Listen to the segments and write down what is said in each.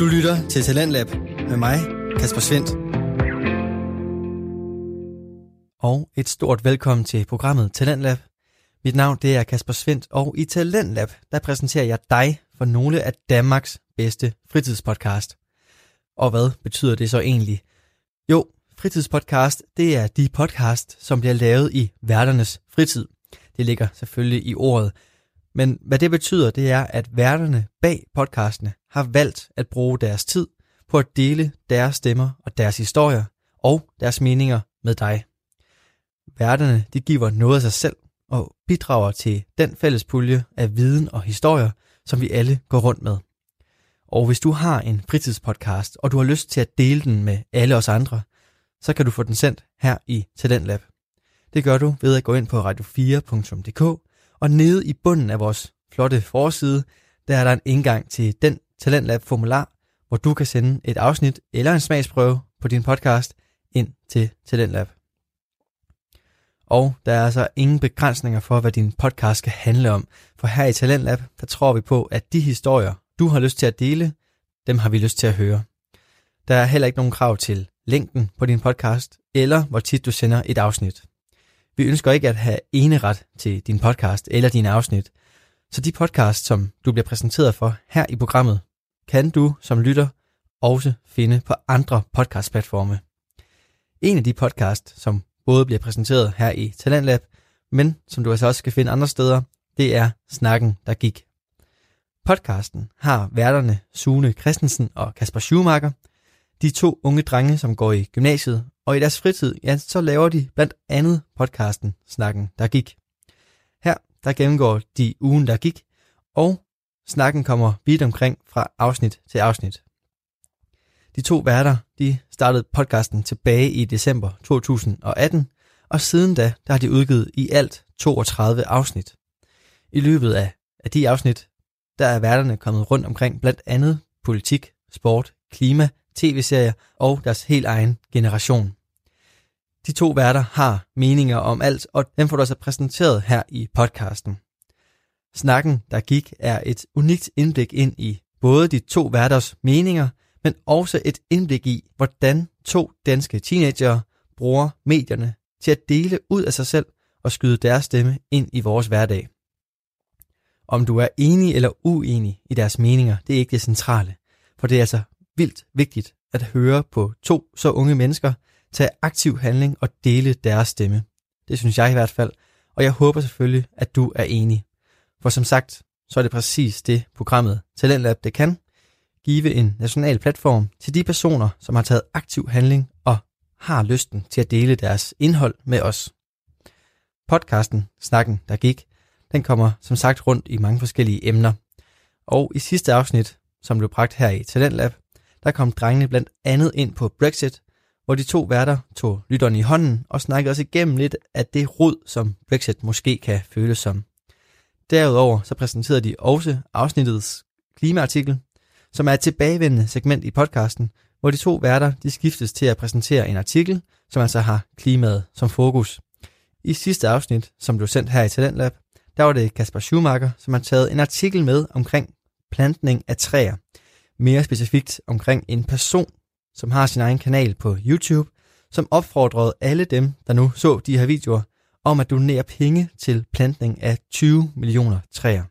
Du lytter til Talentlab med mig, Kasper Svendt. Og et stort velkommen til programmet Talentlab. Mit navn det er Kasper Svendt, og i Talentlab der præsenterer jeg dig for nogle af Danmarks bedste fritidspodcast. Og hvad betyder det så egentlig? Jo, fritidspodcast det er de podcast, som bliver lavet i værternes fritid. Det ligger selvfølgelig i ordet. Men hvad det betyder, det er, at værterne bag podcastene har valgt at bruge deres tid på at dele deres stemmer og deres historier og deres meninger med dig. Værterne de giver noget af sig selv og bidrager til den fælles pulje af viden og historier, som vi alle går rundt med. Og hvis du har en fritidspodcast, og du har lyst til at dele den med alle os andre, så kan du få den sendt her i Talentlab. Det gør du ved at gå ind på radio4.dk, og nede i bunden af vores flotte forside, der er der en indgang til den Talentlab-formular, hvor du kan sende et afsnit eller en smagsprøve på din podcast ind til Talentlab. Og der er altså ingen begrænsninger for, hvad din podcast skal handle om, for her i Talentlab, der tror vi på, at de historier, du har lyst til at dele, dem har vi lyst til at høre. Der er heller ikke nogen krav til længden på din podcast, eller hvor tit du sender et afsnit. Vi ønsker ikke at have eneret til din podcast eller dine afsnit, så de podcasts, som du bliver præsenteret for her i programmet, kan du som lytter også finde på andre podcastplatforme. En af de podcasts, som både bliver præsenteret her i Talentlab, men som du altså også skal finde andre steder, det er Snakken, der gik. Podcasten har værterne Sune Christensen og Kasper Schumacher, de to unge drenge, som går i gymnasiet, og i deres fritid, ja, så laver de blandt andet podcasten Snakken, der gik. Her, der gennemgår de ugen, der gik, og snakken kommer vidt omkring fra afsnit til afsnit. De to værter, de startede podcasten tilbage i december 2018, og siden da, der har de udgivet i alt 32 afsnit. I løbet af de afsnit, der er værterne kommet rundt omkring blandt andet politik, sport, klima, tv-serier og deres helt egen generation. De to værter har meninger om alt, og dem får du altså præsenteret her i podcasten. Snakken, der gik, er et unikt indblik ind i både de to værters meninger, men også et indblik i, hvordan to danske teenagere bruger medierne til at dele ud af sig selv og skyde deres stemme ind i vores hverdag. Om du er enig eller uenig i deres meninger, det er ikke det centrale, for det er altså vildt vigtigt at høre på to så unge mennesker tage aktiv handling og dele deres stemme. Det synes jeg i hvert fald, og jeg håber selvfølgelig, at du er enig. For som sagt, så er det præcis det programmet Talentlab det kan. Give en national platform til de personer, som har taget aktiv handling og har lysten til at dele deres indhold med os. Podcasten Snakken, der gik, den kommer som sagt rundt i mange forskellige emner. Og i sidste afsnit, som blev bragt her i Talentlab, der kom drengene blandt andet ind på Brexit, hvor de to værter tog lytterne i hånden og snakkede os igennem lidt af det rod, som Brexit måske kan føles som. Derudover så præsenterede de også afsnittets klimaartikel, som er et tilbagevendende segment i podcasten, hvor de to værter de skiftes til at præsentere en artikel, som altså har klimaet som fokus. I sidste afsnit, som blev sendt her i Talentlab, der var det Kasper Schumacher, som har taget en artikel med omkring plantning af træer. Mere specifikt omkring en person, som har sin egen kanal på YouTube, som opfordrede alle dem, der nu så de her videoer, om at donere penge til plantning af 20 millioner træer.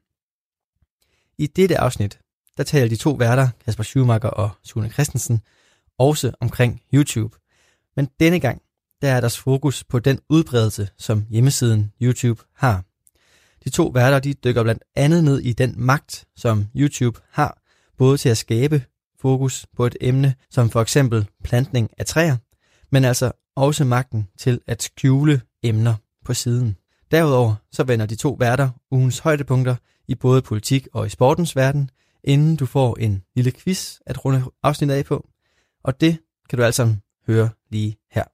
I dette afsnit, der taler de to værter, Kasper Schumacher og Sune Christensen, også omkring YouTube. Men denne gang, der er deres fokus på den udbredelse, som hjemmesiden YouTube har. De to værter, de dykker blandt andet ned i den magt, som YouTube har, både til at skabe fokus på et emne, som for eksempel plantning af træer, men altså også magten til at skjule emner på siden. Derudover så vender de to værter ugens højdepunkter i både politik og i sportens verden, inden du får en lille quiz at runde afsnittet af på. Og det kan du altså høre lige her.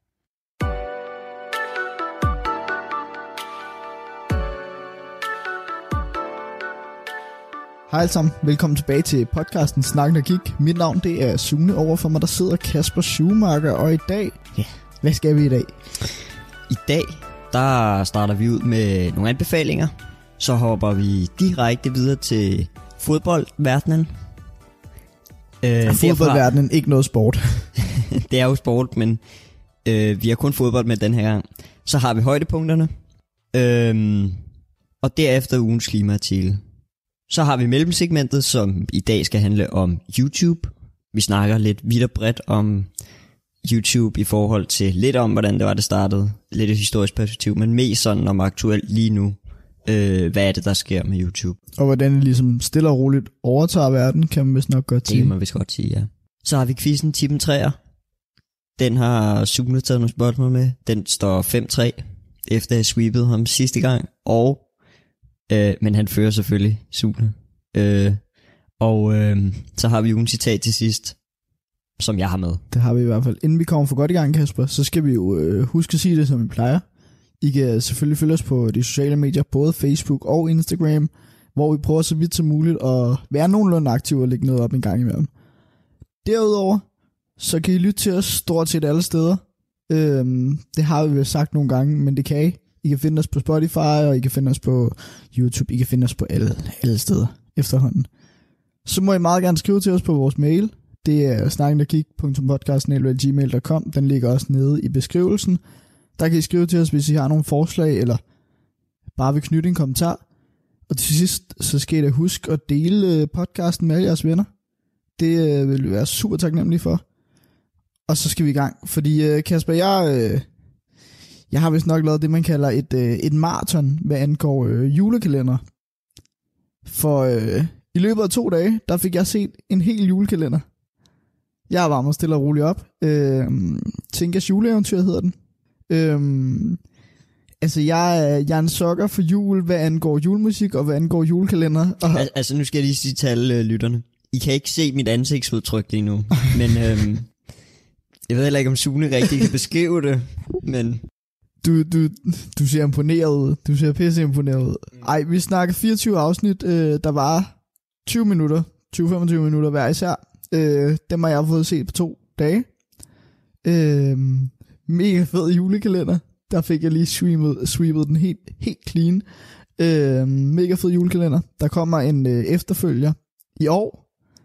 Hej alle sammen, velkommen tilbage til podcasten Snakken der gik. Mit navn det er Sune, overfor mig der sidder Kasper Schumacher, og i dag, ja, hvad skal vi i dag? I dag, der starter vi ud med nogle anbefalinger. Så hopper vi direkte videre til fodboldverdenen. Fodboldverdenen ikke noget sport. Det er jo sport, men vi har kun fodbold med den her gang. Så har vi højdepunkterne. Og derefter ugens klimaartikel. Så har vi mellemsegmentet, som i dag skal handle om YouTube. Vi snakker lidt vidt og bredt om YouTube i forhold til lidt om, hvordan det var, det startede. Lidt et historisk perspektiv, men mest sådan om aktuelt lige nu. Hvad er det, der sker med YouTube? Og hvordan det ligesom stille og roligt overtager verden, kan man vist nok godt sige. Det kan man vist godt sige, ja. Så har vi quizzen Tippen 3'er. Den har Sune taget nogle spørgsmål med. Den står 5-3, efter jeg sweepede ham sidste gang. Men han fører selvfølgelig Sune. Så har vi ugen citat til sidst, som jeg har med. Det har vi i hvert fald. Inden vi kommer for godt i gang, Kasper, så skal vi jo huske at sige det, som vi plejer. I kan selvfølgelig følge os på de sociale medier, både Facebook og Instagram, hvor vi prøver så vidt som muligt at være nogenlunde aktive og lægge noget op en gang imellem. Derudover, så kan I lytte til os stort set alle steder. Det har vi vel sagt nogle gange, men det kan I. I kan finde os på Spotify, og I kan finde os på YouTube. I kan finde os på alle steder efterhånden. Så må I meget gerne skrive til os på vores mail. Det er snakkenderkig.podcast@gmail.com. Den ligger også nede i beskrivelsen. Der kan I skrive til os, hvis I har nogle forslag, eller bare vil knytte en kommentar. Og til sidst, så skal I da huske at dele podcasten med alle jeres venner. Det vil vi være super taknemmelige for. Og så skal vi i gang. Fordi Kasper, jeg har vist nok lavet det, man kalder et maraton, hvad angår julekalender. For i løbet af 2 dage, der fik jeg set en hel julekalender. Jeg har varmet stille og roligt op. Tinkas juleeventyr hedder den. Altså jeg er en sokker for jul, hvad angår julemusik og hvad angår julekalender. Altså nu skal jeg lige sige til alle lytterne. I kan ikke se mit ansigtsudtryk lige nu. Men jeg ved heller ikke, om Sune rigtig kan beskrive det. Men Du ser imponeret ud. Du ser pisse imponeret ud. Ej, vi snakker 24 afsnit, der var 20 minutter. 20-25 minutter hver især. Dem har jeg fået set på 2 dage. Mega fed julekalender. Der fik jeg lige sweepet den helt clean. Mega fed julekalender. Der kommer en efterfølger i år,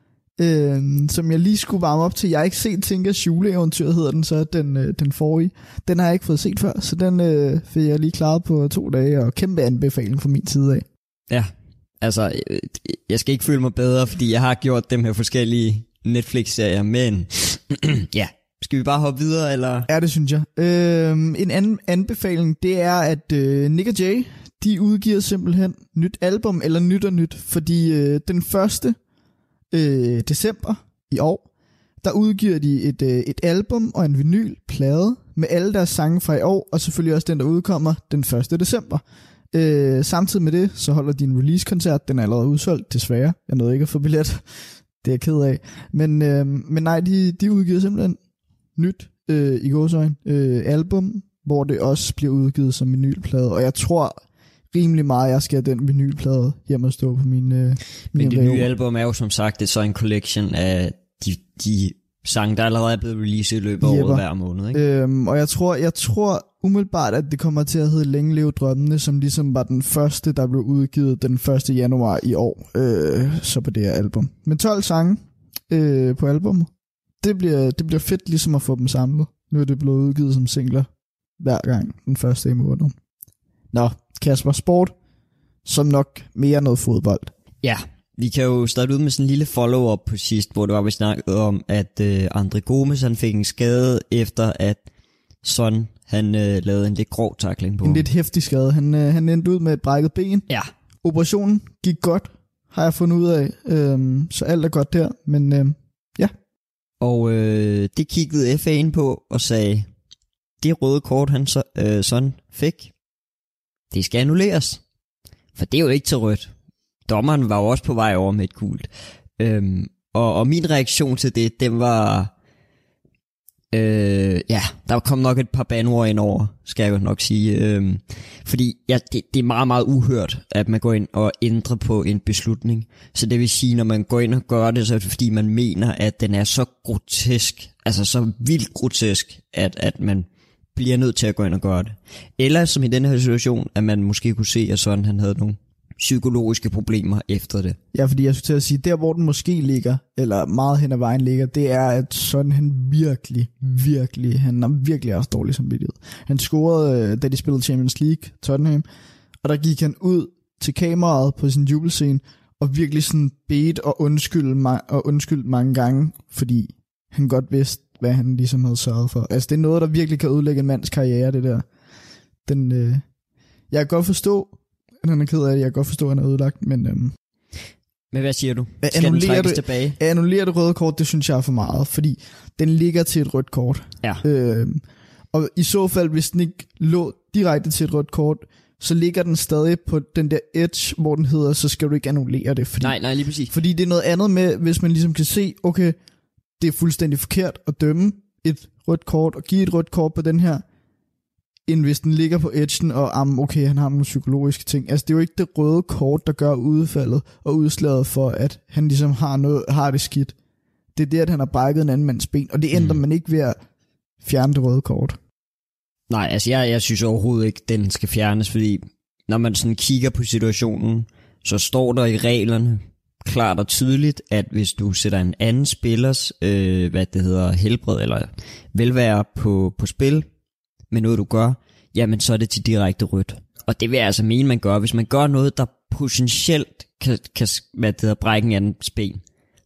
som jeg lige skulle varme op til. Jeg har ikke set Tinkas juleeventyr, hedder den så, den forrige. Den har jeg ikke fået set før, så den fik jeg lige klaret på 2 dage, og kæmpe anbefaling fra min side af. Ja, altså, jeg skal ikke føle mig bedre, fordi jeg har gjort dem her forskellige Netflix-serier, men ja, skal vi bare hoppe videre, eller? Ja, det synes jeg. En anden anbefaling, det er, at Nick og Jay, de udgiver simpelthen nyt album, eller nyt og nyt, fordi den 1. december i år, der udgiver de et album og en vinylplade med alle deres sange fra i år, og selvfølgelig også den, der udkommer den 1. december. Samtidig med det, så holder de en release-koncert. Den er allerede udsolgt, desværre. Jeg nåede ikke at få billet. Det er jeg ked af. Men nej, de udgiver simpelthen nyt i gåseøjne album, hvor det også bliver udgivet som vinylplade. Og jeg tror rimelig meget, jeg skal have den vinylplade hjem og stå på min Men det nye album er jo som sagt, det er så en collection af de sange, der allerede er blevet releaset i løbet af året hver måned, ikke? Og jeg tror umiddelbart, at det kommer til at hedde Længe Leve Drømmene, som ligesom var den første, der blev udgivet den 1. januar i år, så på det her album. Men 12 sange på album. Det bliver fedt ligesom at få dem samlet. Nu er det blevet udgivet som singler hver gang den 1. i måneden. Nå, Kasper, sport, som nok mere noget fodbold. Ja, vi kan jo starte ud med sådan en lille follow-up på sidst, hvor det var, vi snakkede om, at André Gomes, han fik en skade, efter at Son, han lavede en lidt grov tackling på en lidt heftig skade. Han endte ud med et brækket ben. Ja. Operationen gik godt, har jeg fundet ud af. Så alt er godt der, men ja. Og det kiggede FA'en på og sagde, det røde kort, han Son fik, det skal annulleres. For det er jo ikke til rødt. Dommeren var jo også på vej over med et gult. Og min reaktion til det, den var... der kom nok et par banord ind over, skal jeg jo nok sige. Fordi det er meget, meget uhørt, at man går ind og ændrer på en beslutning. Så det vil sige, når man går ind og gør det, så er det fordi, man mener, at den er så grotesk, altså så vildt grotesk, at man bliver nødt til at gå ind og gøre det. Eller som i denne her situation, at man måske kunne se, at sådan han havde nogle psykologiske problemer efter det. Ja, fordi jeg skulle til at sige, der hvor den måske ligger, eller meget hen ad vejen ligger, det er, at sådan han han er virkelig også dårlig som samvittighed. Han scorede, da de spillede Champions League, Tottenham, og der gik han ud til kameraet på sin jubelscene, og virkelig sådan bedt og undskyld mange gange, fordi han godt vidste, hvad han ligesom havde sørget for. Altså det er noget, der virkelig kan ødelægge en mands karriere, det der. Jeg kan godt forstå, han er ked af det, jeg kan godt forstå, at han er ødelagt, men hvad siger du? Skal den trækkes tilbage? At annullere det røde kort, det synes jeg er for meget, fordi den ligger til et rødt kort. Ja. Og i så fald, hvis den ikke lå direkte til et rødt kort, så ligger den stadig på den der edge, hvor den hedder, så skal du ikke annullere det. Fordi, nej, lige præcis. Fordi det er noget andet med, hvis man ligesom kan se, okay, det er fuldstændig forkert at dømme et rødt kort, og give et rødt kort på den her, end hvis den ligger på edgen, og okay, han har nogle psykologiske ting. Altså, det er jo ikke det røde kort, der gør udfaldet og udslaget for, at han ligesom har det skidt. Det er det, at han har brækket en anden mands ben, og det ændrer man ikke ved at fjerne det røde kort. Nej, altså jeg synes overhovedet ikke, den skal fjernes, fordi når man sådan kigger på situationen, så står der i reglerne klart og tydeligt, at hvis du sætter en anden spillers helbred eller velvære på spil med noget du gør, jamen så er det til direkte rødt. Og det vil jeg altså mene, man gør. Hvis man gør noget, der potentielt kan brække en andens ben,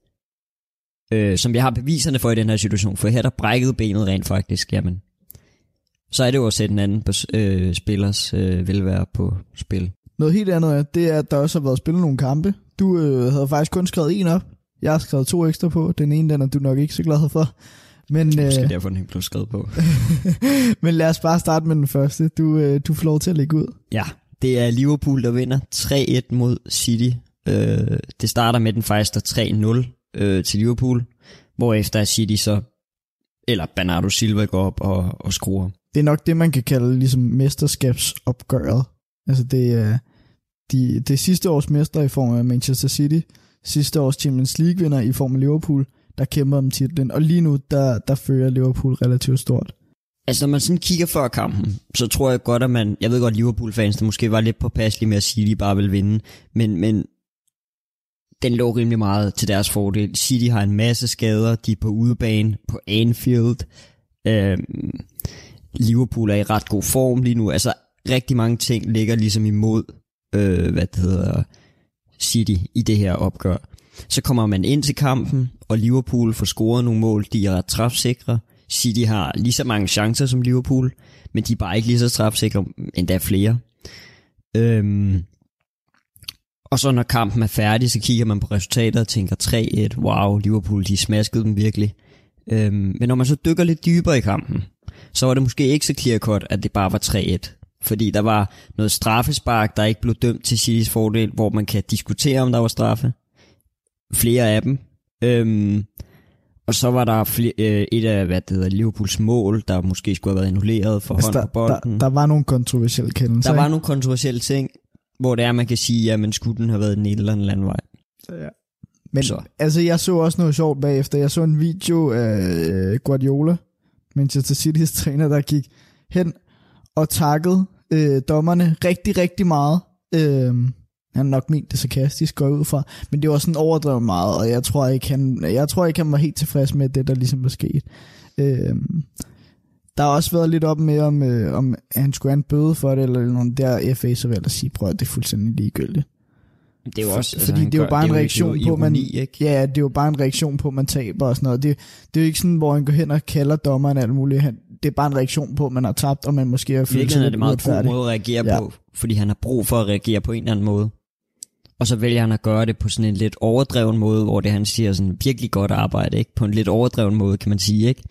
som vi har beviserne for i den her situation, for her der brækkede benet rent faktisk, jamen så er det jo at sætte en anden spillers velvære på spil. Noget helt andet det er, at der også har været spillet nogle kampe. Du havde faktisk kun skrevet en op. Jeg har skrevet 2 ekstra på. Den ene, den er du nok ikke så glad for. Men, måske derfor den ikke blev skrevet på. Men lad os bare starte med den første. Du får lov til at lægge ud. Ja, det er Liverpool, der vinder 3-1 mod City. Det starter med, den faktisk der 3-0 til Liverpool, hvorefter City så, eller Bernardo Silva går op og skruer. Det er nok det, man kan kalde ligesom mesterskabsopgøret. Altså det er det sidste års mester i form af Manchester City, sidste års Champions League vinder i form af Liverpool, der kæmper om titlen, og lige nu, der fører Liverpool relativt stort. Altså når man sådan kigger før kampen, så tror jeg godt, at jeg ved godt, Liverpool-fans, der måske var lidt påpasselige med at sige, at de bare vil vinde, men den lå rimelig meget til deres fordel. City har en masse skader, de er på udebane, på Anfield, Liverpool er i ret god form lige nu, altså rigtig mange ting ligger ligesom imod, City i det her opgør. Så kommer man ind til kampen, og Liverpool får scoret nogle mål, de er ret træfsikre. City har lige så mange chancer som Liverpool, men de er bare ikke lige så træfsikre, endda flere. Og så når kampen er færdig, så kigger man på resultatet og tænker 3-1, wow, Liverpool, de smaskede dem virkelig. Men når man så dykker lidt dybere i kampen, så var det måske ikke så clear cut, at det bare var 3-1. Fordi der var noget straffespark, der ikke blev dømt til Citys fordel, hvor man kan diskutere, om der var straffe. Flere af dem. Og så var der et af Liverpools mål, der måske skulle have været annulleret for hånd på bolden. Der var nogle kontroversielle kendelser. Der var nogle kontroversielle ting, hvor det er, man kan sige, at man skulle den have været den ene eller anden vej. Ja. Men altså, jeg så også noget sjovt bagefter. Jeg så en video af Guardiola, Manchester City's træner, der gik hen og takkede dommerne rigtig, rigtig meget. Han nok ment det sarkastisk, går ud fra, men det var sådan overdrevet meget, og jeg tror ikke, han var helt tilfreds med det, der ligesom var sket. Der har også været lidt op med, om han skulle have en bøde for det, eller nogen der FA, så vil jeg da sige, prøv at det er fuldstændig ligegyldigt. Det er jo også, fordi det er jo bare en reaktion på, man, ikke? Ja, det er jo bare en reaktion på, man taber og sådan noget. Det er jo ikke sådan, hvor han går hen og kalder dommeren alt muligt. Det er bare en reaktion på, at man har tabt, og man måske har følt sig lidt det er meget god måde at reagere på, fordi han har brug for at reagere på en eller anden måde. Og så vælger han at gøre det på sådan en lidt overdreven måde, hvor det han siger sådan virkelig godt arbejde, ikke? På en lidt overdreven måde, kan man sige, ikke?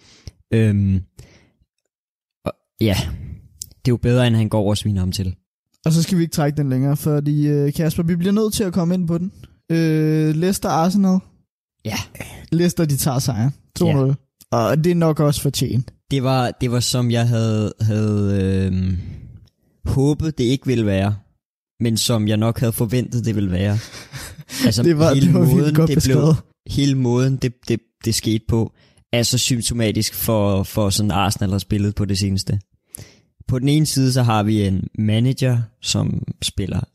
Ja, det er jo bedre, end han går og sviner ham til. Og så skal vi ikke trække den længere, fordi Kasper, vi bliver nødt til at komme ind på den. Leicester Arsenal. Ja. Leicester, de tager sejren. 2-0. Ja. Og det er nok også fortjent. Det var som jeg havde håbet, det ikke ville være. Men som jeg nok havde forventet, det ville være. Altså det var måden, godt beskrevet. Hele måden, det skete på, er så symptomatisk for sådan Arsenal har spillet på det seneste. På den ene side, så har vi en manager, som spiller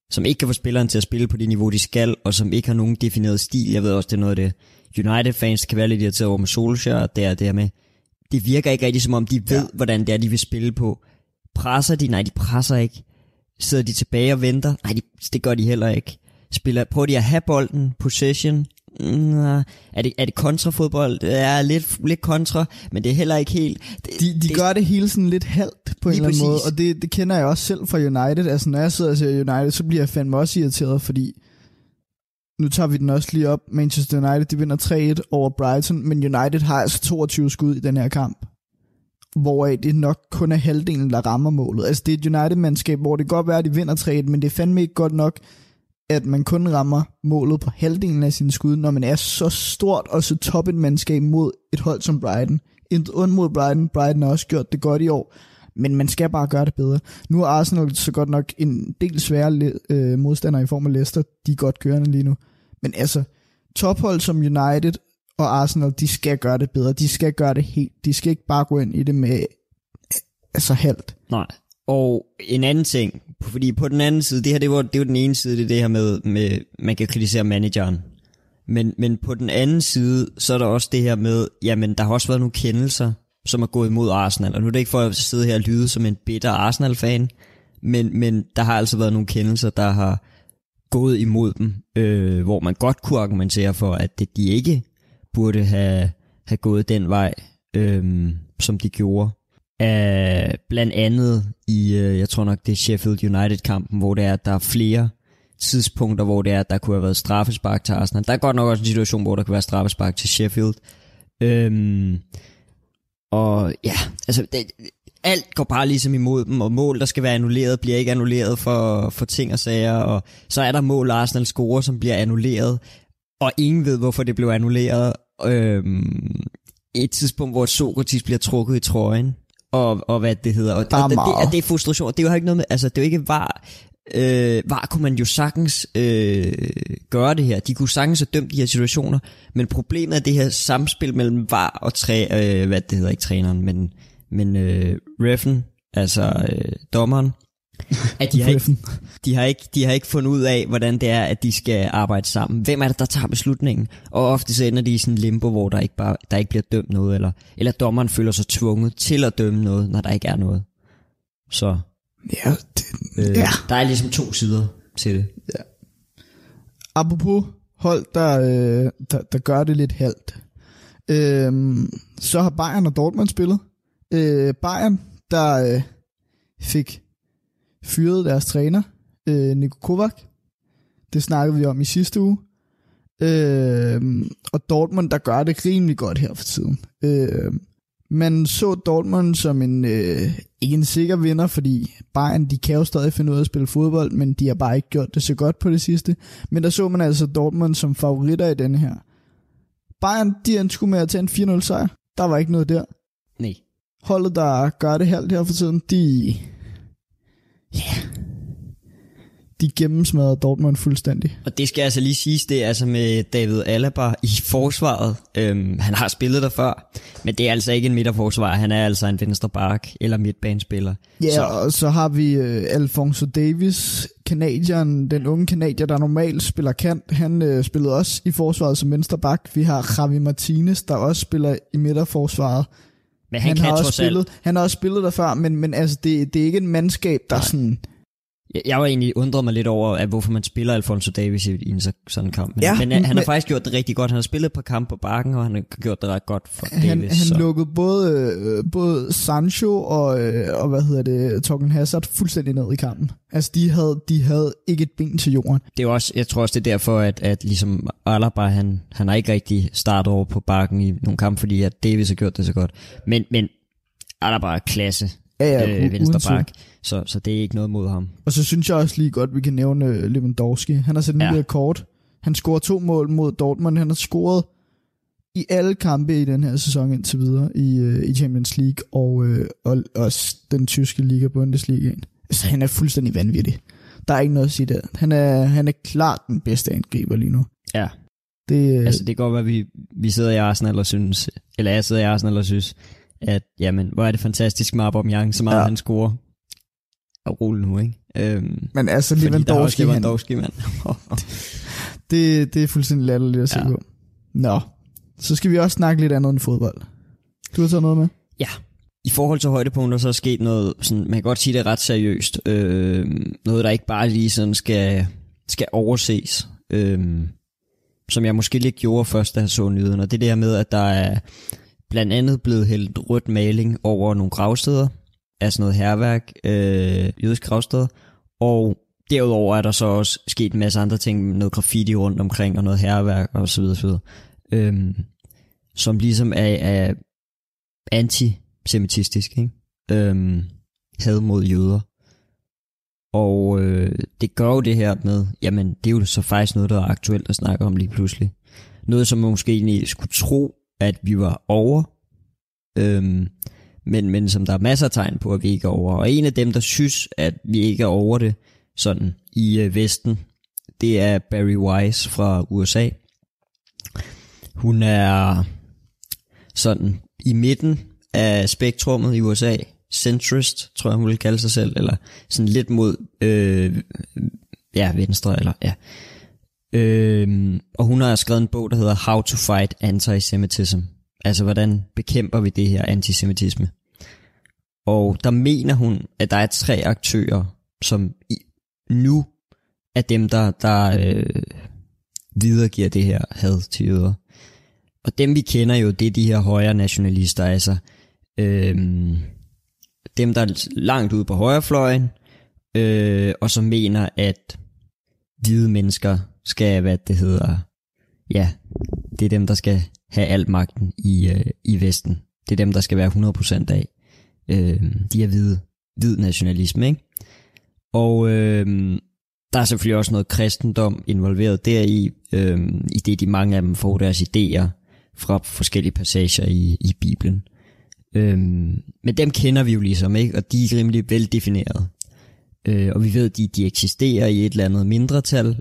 som ikke kan få spilleren til at spille på det niveau, de skal, og som ikke har nogen defineret stil. Jeg ved også, det er noget af det United-fans kan være lidt irriteret over med Solskjaer, det med, det virker ikke rigtig som om, de ved, hvordan det er, de vil spille på. Presser de? Nej, de presser ikke. Sidder de tilbage og venter? Nej, det gør de heller ikke. Prøver de at have bolden, possession? Er det kontrafodbold? Det er lidt kontra, men det er heller ikke helt. De gør det hele sådan lidt halvt på en eller anden måde, og det kender jeg også selv fra United. Altså når jeg sidder og ser United, så bliver jeg fandme også irriteret, fordi nu tager vi den også lige op. Manchester United, de vinder 3-1 over Brighton, men United har altså 22 skud i den her kamp, hvoraf det nok kun er halvdelen, der rammer målet. Altså det er et United-mandskab, hvor det godt være, at de vinder 3-1, men det er fandme ikke godt nok, at man kun rammer målet på halvdelen af sine skud, når man er så stort og så top et mandskab mod et hold som Brighton. Intet ondt mod Brighton. Brighton har også gjort det godt i år, men man skal bare gøre det bedre. Nu er Arsenal så godt nok en del svære modstandere i form af Leicester. De er godt kørende lige nu. Men altså, tophold som United og Arsenal, de skal gøre det bedre. De skal gøre det helt. De skal ikke bare gå ind i det med halvt. Nej. Og en anden ting, fordi på den anden side, det er jo den ene side, det her med man kan kritisere manageren. Men på den anden side, så er der også det her med, jamen der har også været nogle kendelser, som er gået imod Arsenal. Og nu er det ikke for at sidde her og lyde som en bitter Arsenal-fan, men der har altså været nogle kendelser, der har gået imod dem, hvor man godt kunne argumentere for, at de ikke burde have gået den vej, som de gjorde. Blandt andet i, jeg tror nok det er Sheffield United-kampen, hvor det er, at der er flere tidspunkter, hvor det er, at der kunne have været straffespark til Arsenal. Der er godt nok også en situation, hvor der kunne være straffespark til Sheffield. Og ja, altså alt går bare ligesom imod dem, og mål, der skal være annulleret, bliver ikke annulleret for ting og sager, og så er der mål, Arsenal scorer, som bliver annulleret, og ingen ved, hvorfor det blev annulleret. Et tidspunkt, hvor Sokratis bliver trukket i trøjen, og hvad det hedder, og det er frustration. Det er jo ikke noget med, altså det er jo ikke var kunne man jo sagtens gøre det her. De kunne sagtens have dømt de her situationer, men problemet er det her samspil mellem VAR og hvad det hedder, ikke træneren, men refen, altså dommeren, at de har ikke fundet ud af, hvordan det er, at de skal arbejde sammen. Hvem er det, der tager beslutningen? Og ofte så ender de i sådan en limbo, hvor der ikke bliver dømt noget, eller dommeren føler sig tvunget til at dømme noget, når der ikke er noget. Så ja, der er ligesom to sider til det. Ja. Apropos hold, der gør det lidt halvt. Så har Bayern og Dortmund spillet. Bayern, der fik fyret deres træner, Niko Kovac. Det snakkede vi om i sidste uge. Og Dortmund, der gør det rimelig godt her for tiden. Man så Dortmund som ikke en sikker vinder, fordi Bayern, de kan jo stadig finde ud af at spille fodbold, men de har bare ikke gjort det så godt på det sidste. Men der så man altså Dortmund som favoritter i denne her. Bayern, de endte sgu med at tage en 4-0 sejr. Der var ikke noget der. Nej. Holdet, der gør det halvt her for tiden, de gennemsmadrer Dortmund fuldstændig. Og det skal altså lige siges, det er altså med David Alaba i forsvaret. Han har spillet der før, men det er altså ikke en midterforsvar. Han er altså en venstre bak eller midtbanespiller. Ja, og så har vi Alphonso Davies, kanadieren, den unge kanadier, der normalt spiller kant. Han spillede også i forsvaret som venstre bak. Vi har Javi Martinez, der også spiller i midterforsvaret. Men han har også spillet der før, men altså det er ikke en mandskab, der sådan. Jeg var egentlig undret mig lidt over, at hvorfor man spiller Alphonso Davies i en sådan kamp. Men han har faktisk gjort det rigtig godt. Han har spillet på kamp på bakken, og han har gjort det ret godt for Davies. Han lukkede både Sancho og Torgan Hazard fuldstændig ned i kampen. Altså de havde ikke et ben til jorden. Det er også, jeg tror også det er derfor, at ligesom Alaba, han har ikke rigtig startet over på bakken i nogle kampe, fordi at Davies har gjort det så godt. Men Alaba er klasse. Vensterbak, så det er ikke noget mod ham. Og så synes jeg også lige godt, vi kan nævne Lewandowski. Han har sat en lille rekord. Han scorer 2 mål mod Dortmund. Han har scoret i alle kampe i den her sæson indtil videre i Champions League og også den tyske liga, Bundesligaen. Altså han er fuldstændig vanvittig. Der er ikke noget at sige der. Han er klart den bedste angriber lige nu. Ja. Altså det kan godt være, at vi sidder i Arsenal og synes, eller jeg sidder i Arsenal og synes, at jamen, hvor er det fantastisk med Aubameyang, så meget han scorer. Og rolig nu, ikke? Men altså Lewandowski, mand. det er fuldstændig latterligt at se på. Nå, så skal vi også snakke lidt andet end fodbold. Du har taget noget med? Ja, i forhold til højdepunkter, så er sket noget, sådan, man kan godt sige det ret seriøst. Noget, der ikke bare lige sådan skal overses. Som jeg måske lidt gjorde først, da jeg så nyheden. Og det der med, at der er blandt andet blevet hældt rødt maling over nogle gravsteder. Altså noget hærværk, jødisk gravsteder. Og derudover er der så også sket en masse andre ting, noget graffiti rundt omkring, og noget hærværk, og så videre. Som ligesom er antisemitistisk, ikke? Had mod jøder. Og det gør jo det her med, jamen det er jo så faktisk noget, der er aktuelt at snakke om lige pludselig. Noget, som man måske egentlig skulle tro, at vi var over, men som der er masser af tegn på, at vi ikke er over. Og en af dem, der synes, at vi ikke er over det, sådan i Vesten, det er Bari Weiss fra USA. Hun er sådan i midten af spektrummet i USA, centrist, tror jeg hun vil kalde sig selv, eller sådan lidt mod venstre, eller ja. Og hun har skrevet en bog, der hedder How to Fight Antisemitism. Altså hvordan bekæmper vi det her antisemitisme. Og der mener hun, at der er 3 aktører, som nu er dem, der videregiver det her had til jøder. Og dem vi kender jo, det er de her højre nationalister, altså dem der er langt ude på højrefløjen, og som mener, at hvide mennesker skal, det er dem, der skal have al magten i Vesten. Det er dem, der skal være 100% af. De er hvid nationalisme, ikke? Og der er selvfølgelig også noget kristendom involveret deri, i det de mange af dem får deres idéer fra forskellige passager i Bibelen. Men dem kender vi jo ligesom, ikke? Og de er rimelig veldefineret. Og vi ved, at de eksisterer i et eller andet mindretal.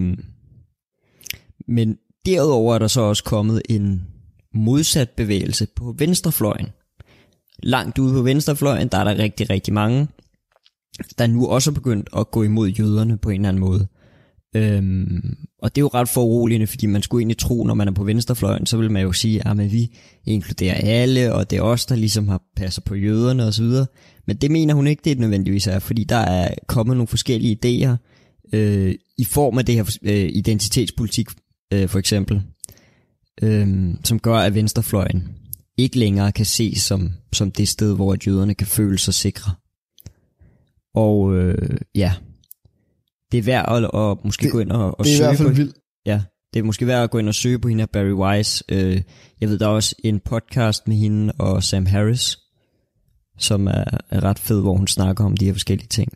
Men derudover er der så også kommet en modsat bevægelse på venstrefløjen. Langt ude på venstrefløjen, der er der rigtig, rigtig mange, der nu også er begyndt at gå imod jøderne på en eller anden måde. Og det er jo ret foruroligende, fordi man skulle egentlig tro, når man er på venstrefløjen, så vil man jo sige, at vi inkluderer alle, og det er os, der ligesom har passet på jøderne osv. Men det mener hun ikke, det nødvendigvis er, fordi der er kommet nogle forskellige idéer i form af det her identitetspolitik, for eksempel, som gør, at venstrefløjen ikke længere kan ses som det sted, hvor jøderne kan føle sig sikre. Og det er værd at måske gå ind og søge på. Det er i hvert fald vildt. Ja, det er måske værd at gå ind og søge på hende her, Bari Weiss. Jeg ved, der er også en podcast med hende og Sam Harris, som er ret fed, hvor hun snakker om de her forskellige ting.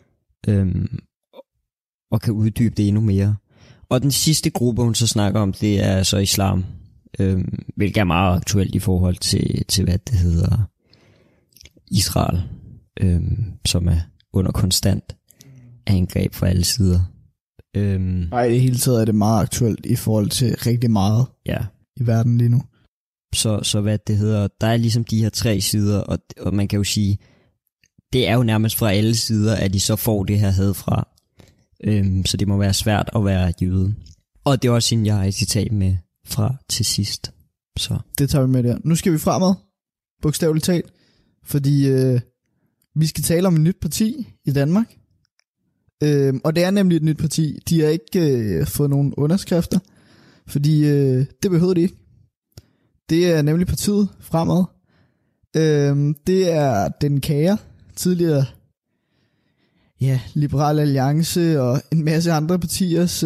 Og kan uddybe det endnu mere. Og den sidste gruppe, hun så snakker om, det er så islam. Hvilket er meget aktuelt i forhold til hvad det hedder, Israel, som er under konstant angreb fra alle sider. Nej, i det hele taget er det meget aktuelt i forhold til rigtig meget i verden lige nu. Så hvad det hedder, der er ligesom de her 3 sider, og man kan jo sige, det er jo nærmest fra alle sider, at de så får det her had fra. Så det må være svært at være jøde. Og det er også en, jeg har et citat med fra til sidst. Så. Det tager vi med der. Nu skal vi fremad, bogstaveligt talt, fordi vi skal tale om et nyt parti i Danmark. Og det er nemlig et nyt parti. De har ikke fået nogen underskrifter, fordi det behøvede de ikke. Det er nemlig partiet Fremad. Det er den kære tidligere Liberal Alliance og en masse andre partiers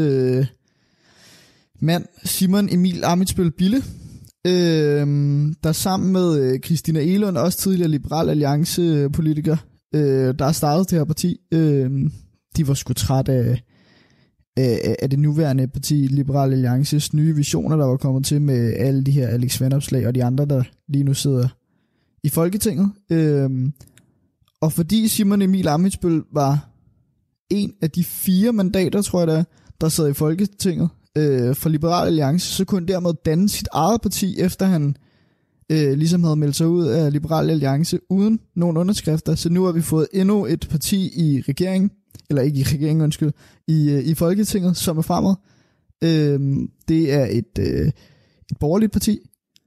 mand, Simon Emil Ammitzbøll-Bille, der sammen med Christina Egelund, også tidligere Liberal Alliance politiker, der har startet det her parti. De var sgu træt af det nuværende parti, Liberal Alliances nye visioner, der var kommet til med alle de her Alex Vanopslagh og de andre, der lige nu sidder i Folketinget. Og fordi Simon Emil Ammitzbøll var en af de 4 mandater, tror jeg der sad i Folketinget for Liberal Alliance, så kunne han dermed danne sit eget parti, efter han ligesom havde meldt sig ud af Liberal Alliance uden nogen underskrifter. Så nu har vi fået endnu et parti i regeringen, eller ikke i regeringen, undskyld, i Folketinget, som er fremad. Det er et borgerligt parti,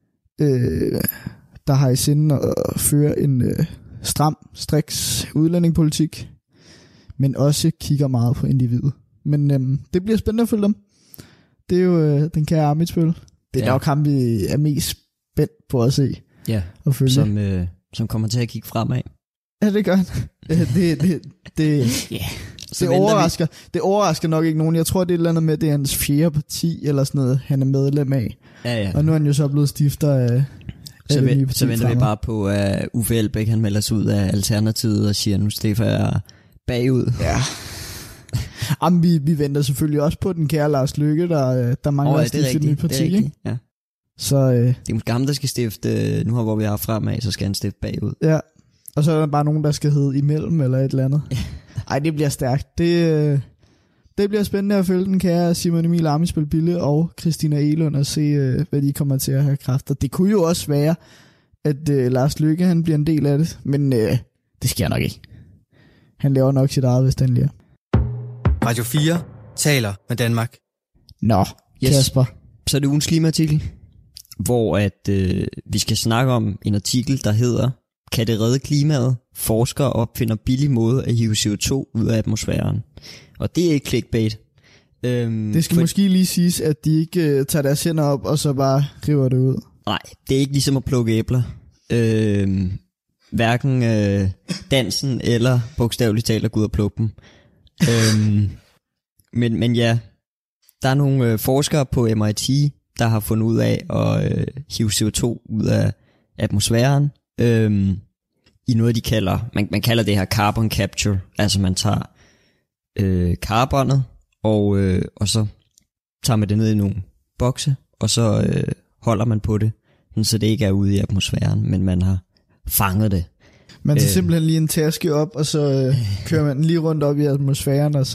der har i sinde at føre en stram, striks udlændingepolitik, men også kigger meget på individet. Men det bliver spændende at følge dem. Det er jo den kære Amitsbøl. Det er nok ham, vi er mest spændt på at se. Ja, og følge. Som kommer til at kigge fremad. Ja, det gør han. Det overrasker nok ikke nogen. Jeg tror, det er et eller andet med, det er hans 4. parti, eller sådan noget, han er medlem af. Ja. Og nu er han jo så blevet stifter af det nye parti. Så venter vi bare på, at Uffe Elbæk, han melder sig ud af Alternativet og siger, nu Stefan er bagud. Ja. Jamen, vi venter selvfølgelig også på den kære Lars Løkke, der mangler at stifte et nyt parti. Ja. Så, det er måske ham, der skal stifte, nu hvor vi har fremad, så skal han stifte bagud. Ja, og så er der bare nogen, der skal hedde imellem, eller et eller andet. Ej, det bliver stærkt. Det bliver spændende at følge den kære Simon Emil Ammitzbøll-Bille og Christina Egelund og se, hvad de kommer til at have kræfter. Det kunne jo også være, at Lars Løkke, han bliver en del af det, men det sker nok ikke. Han laver nok sit eget, hvis den lige er. Radio 4 taler med Danmark. Nå, Kasper. Så er det ugens klimaartikel, hvor vi skal snakke om en artikel, der hedder, kan det redde klimaet? Forskere opfinder billig måde at hive CO2 ud af atmosfæren. Og det er ikke clickbait. Det skal måske lige siges, at de ikke tager deres hænder op, og så bare river det ud. Nej, det er ikke ligesom at plukke æbler. Hverken dansen eller bogstaveligt talt at gå ud og plukke dem. Men ja, der er nogle forskere på MIT, der har fundet ud af at hive CO2 ud af atmosfæren. I noget de kalder, man kalder det her carbon capture. Altså man tager carbonet, og så tager man det ned i nogle bokse, og så holder man på det, så det ikke er ude i atmosfæren, men man har fanget det. Man tager simpelthen lige en taske op, og så kører man den lige rundt op i atmosfæren, og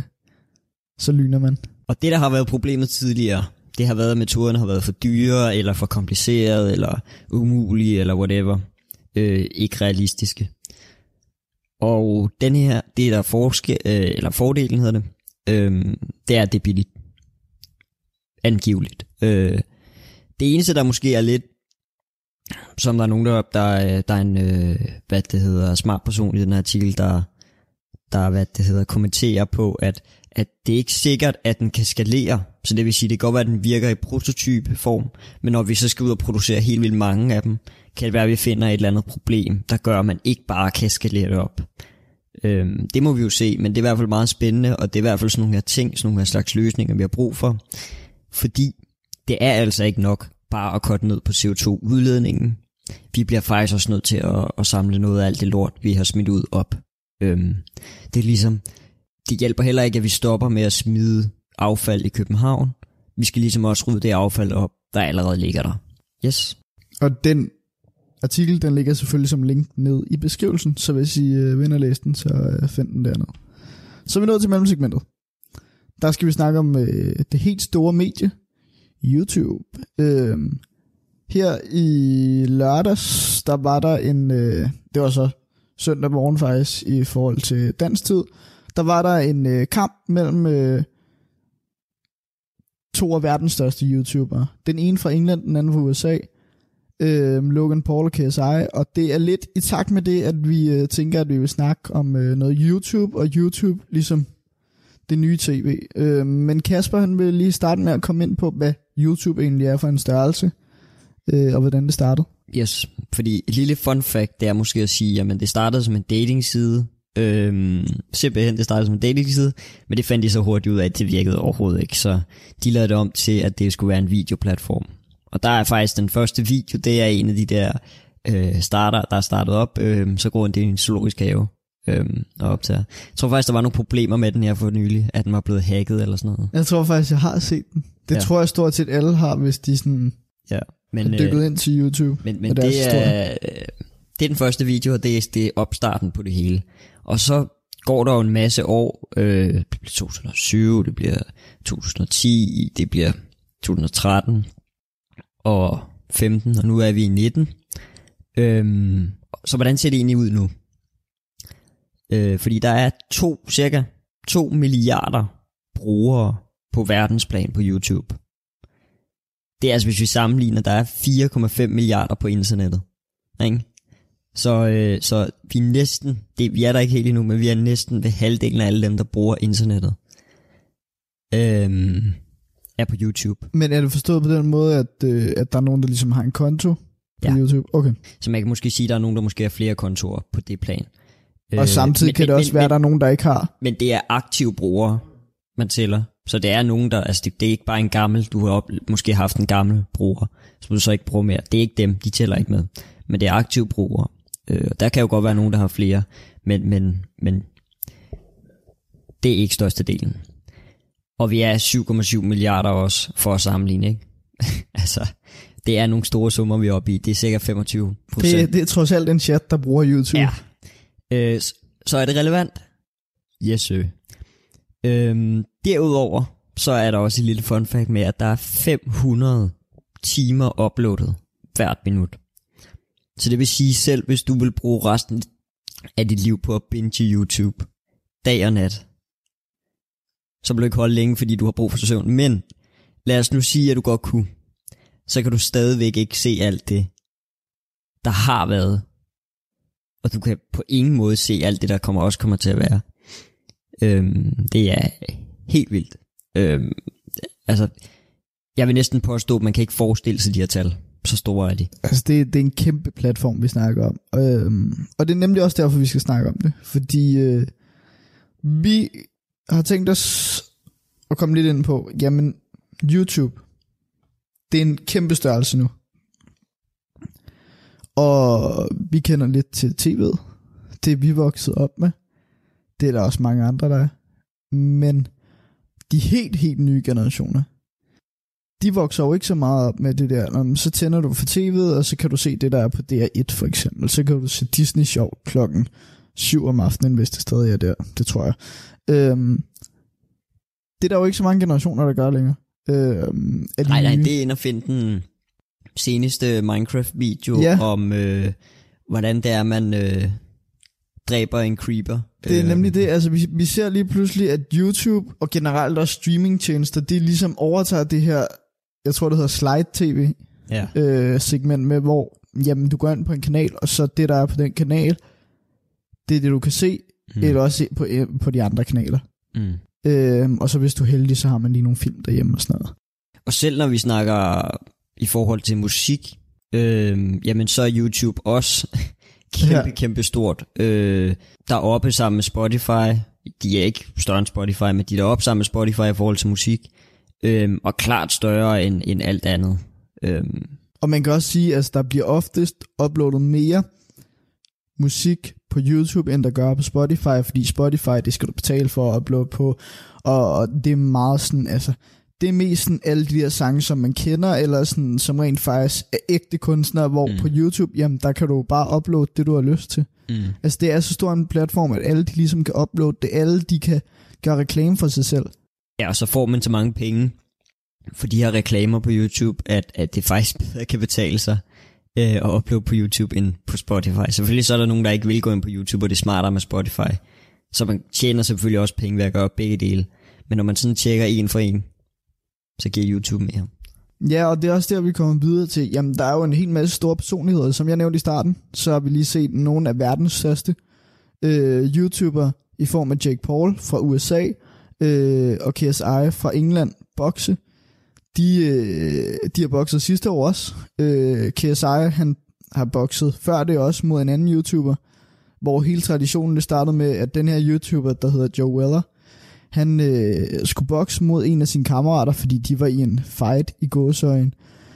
så lyner man. Og det, der har været problemet tidligere, det har været, at metoderne har været for dyre, eller for komplicerede, eller umulige, eller whatever. Ikke realistiske. Og den her, det der eller fordelen hedder det, det er, at det er billigt. Angiveligt. Det eneste, der måske er lidt, som der er nogen der er en, hvad det hedder, smart person i den her artikel, der hvad det hedder, kommenterer på, at det er ikke sikkert, at den kan skalere. Så det vil sige, det kan godt være, at den virker i prototypeform, men når vi så skal ud og producere helt vildt mange af dem, kan det være, at vi finder et eller andet problem, der gør, at man ikke bare kan skalere det op. Det må vi jo se, men det er i hvert fald meget spændende, og det er i hvert fald sådan nogle her ting, sådan nogle her slags løsninger, vi har brug for. Fordi det er altså ikke nok bare at korte ned på CO2-udledningen. Vi bliver faktisk også nødt til at samle noget af alt det lort, vi har smidt ud op. Det er ligesom, det hjælper heller ikke, at vi stopper med at smide affald i København. Vi skal ligesom også rydde det affald op, der allerede ligger der. Yes. Og den artikel, den ligger selvfølgelig som link ned i beskrivelsen, så hvis I vil læse den, så find den dernede. Så er vi nået til mellemsegmentet. Der skal vi snakke om det helt store medie, YouTube. Her i lørdags, der var der en, det var så søndag morgen faktisk i forhold til dansk tid, der var der en kamp mellem to af verdens største YouTubere. Den ene fra England, den anden fra USA. Logan Paul og KSI, og det er lidt i takt med det, at vi tænker, at vi vil snakke om noget YouTube, og YouTube ligesom det nye tv. Men Kasper, han vil lige starte med at komme ind på, hvad YouTube egentlig er for en størrelse, og hvordan det startede. Yes, fordi et lille fun fact, det er måske at sige, jamen det startede som en datingside. Simpelthen, det startede som en datingside, men det fandt de så hurtigt ud af, at det virkede overhovedet ikke, så de lavede det om til, at det skulle være en videoplatform. Og der er faktisk den første video, det er en af de der starter, der er startet op, så går det i en zoologisk have og optager. Jeg tror faktisk, der var nogle problemer med den her for nylig, at den var blevet hacket eller sådan noget. Jeg tror faktisk, jeg har set den. Det tror jeg stort set alle har, hvis de sådan er dykket ind til YouTube. Men det er den første video, og det er opstarten på det hele. Og så går der jo en masse år, det bliver 2007, det bliver 2010, det bliver 2013 og 15, og nu er vi i 19. Så hvordan ser det egentlig ud nu? Fordi der er cirka 2 milliarder brugere på verdensplan på YouTube. Det er altså, hvis vi sammenligner, der er 4,5 milliarder på internettet. Ikke? Så vi er næsten, vi er der ikke helt endnu, men vi er næsten ved halvdelen af alle dem, der bruger internettet. Er på YouTube. Men er det forstået på den måde, at der er nogen, der ligesom har en konto på YouTube? Okay. Så man kan måske sige, at der er nogen, der måske har flere kontorer på det plan. Og samtidig kan det også være, at der er nogen, der ikke har. Men det er aktive brugere, man tæller. Så det er nogen, der, altså det er ikke bare en gammel, du har måske haft en gammel bruger, som du så ikke bruger mere. Det er ikke dem, de tæller ikke med. Men det er aktive brugere. Der kan jo godt være nogen, der har flere, men det er ikke størstedelen. Og vi er 7,7 milliarder også, for at sammenligne, ikke? Altså, det er nogle store summer, vi er oppe i. Det er sikkert 25%. Det er trods alt en chat, der bruger YouTube. Ja. Så er det relevant? Yes, sir. Derudover, så er der også et lille fun fact med, at der er 500 timer uploadet hvert minut. Så det vil sige, selv hvis du vil bruge resten af dit liv på at binge YouTube, dag og nat, så vil du ikke holde længe, fordi du har brug for søvn. Men lad os nu sige, at du godt kunne, så kan du stadigvæk ikke se alt det, der har været. Og du kan på ingen måde se alt det, der kommer til at være. Det er helt vildt. Altså, jeg vil næsten påstå, at man kan ikke forestille sig de her tal. Så store er de. Altså, det er en kæmpe platform, vi snakker om. Og det er nemlig også derfor, vi skal snakke om det. Fordi vi har tænkt os at komme lidt ind på, jamen, YouTube, det er en kæmpe størrelse nu. Og vi kender lidt til tv'et. Det er vi vokset op med. Det er der også mange andre, der er. Men de helt nye generationer, de vokser jo ikke så meget op med det der. Så tænder du for tv'et, og så kan du se det, der er på DR1 for eksempel. Så kan du se Disney Sjov 7 om aftenen, hvis det stadig er der. Det tror jeg. Det er der jo ikke så mange generationer, der gør længere. Nej, det er ind at finde den seneste Minecraft-video om, hvordan det er, man dræber en creeper. Det er nemlig det. Altså, vi ser lige pludselig, at YouTube og generelt også streamingtjenester, det ligesom overtager det her, jeg tror det hedder slide-tv segment med, hvor jamen, du går ind på en kanal, og så det, der er på den kanal, det er det, du kan se, eller også se på de andre kanaler. Og så hvis du er heldig, så har man lige nogle film derhjemme og sådan noget. Og selv når vi snakker i forhold til musik, jamen så er YouTube også kæmpe stort. Der er oppe sammen med Spotify. De er ikke større end Spotify, men de er oppe sammen med Spotify i forhold til musik. Og klart større end alt andet. Og man kan også sige, at der bliver oftest uploadet mere musik på YouTube, end der gør på Spotify, fordi Spotify, det skal du betale for at uploade på, og det er meget sådan, altså, det er mest sådan alle de der sange, som man kender, eller sådan, som rent faktisk er ægte kunstnere, hvor på YouTube, jamen, der kan du bare uploade det, du har lyst til. Altså, det er så stor en platform, at alle de ligesom kan uploade det, alle de kan gøre reklame for sig selv. Ja, og så får man så mange penge for de her reklamer på YouTube, at det faktisk bedre kan betale sig at uploade på YouTube end på Spotify. Selvfølgelig så er der nogen, der ikke vil gå ind på YouTube, og det er smartere med Spotify. Så man tjener selvfølgelig også penge ved at gøre begge dele. Men når man sådan tjekker en for en, så giver YouTube mere. Ja, og det er også der, vi kommer videre til. Jamen, der er jo en hel masse store personligheder. Som jeg nævnte i starten, så har vi lige set nogle af verdens største YouTuber i form af Jake Paul fra USA og KSI fra England bokse. De har bokset sidste år også. KSI, han har bokset før det også mod en anden YouTuber, hvor hele traditionen det startede med, at den her YouTuber, der hedder Joe Weller, han skulle bokse mod en af sine kammerater, fordi de var i en fight i gåseøjne.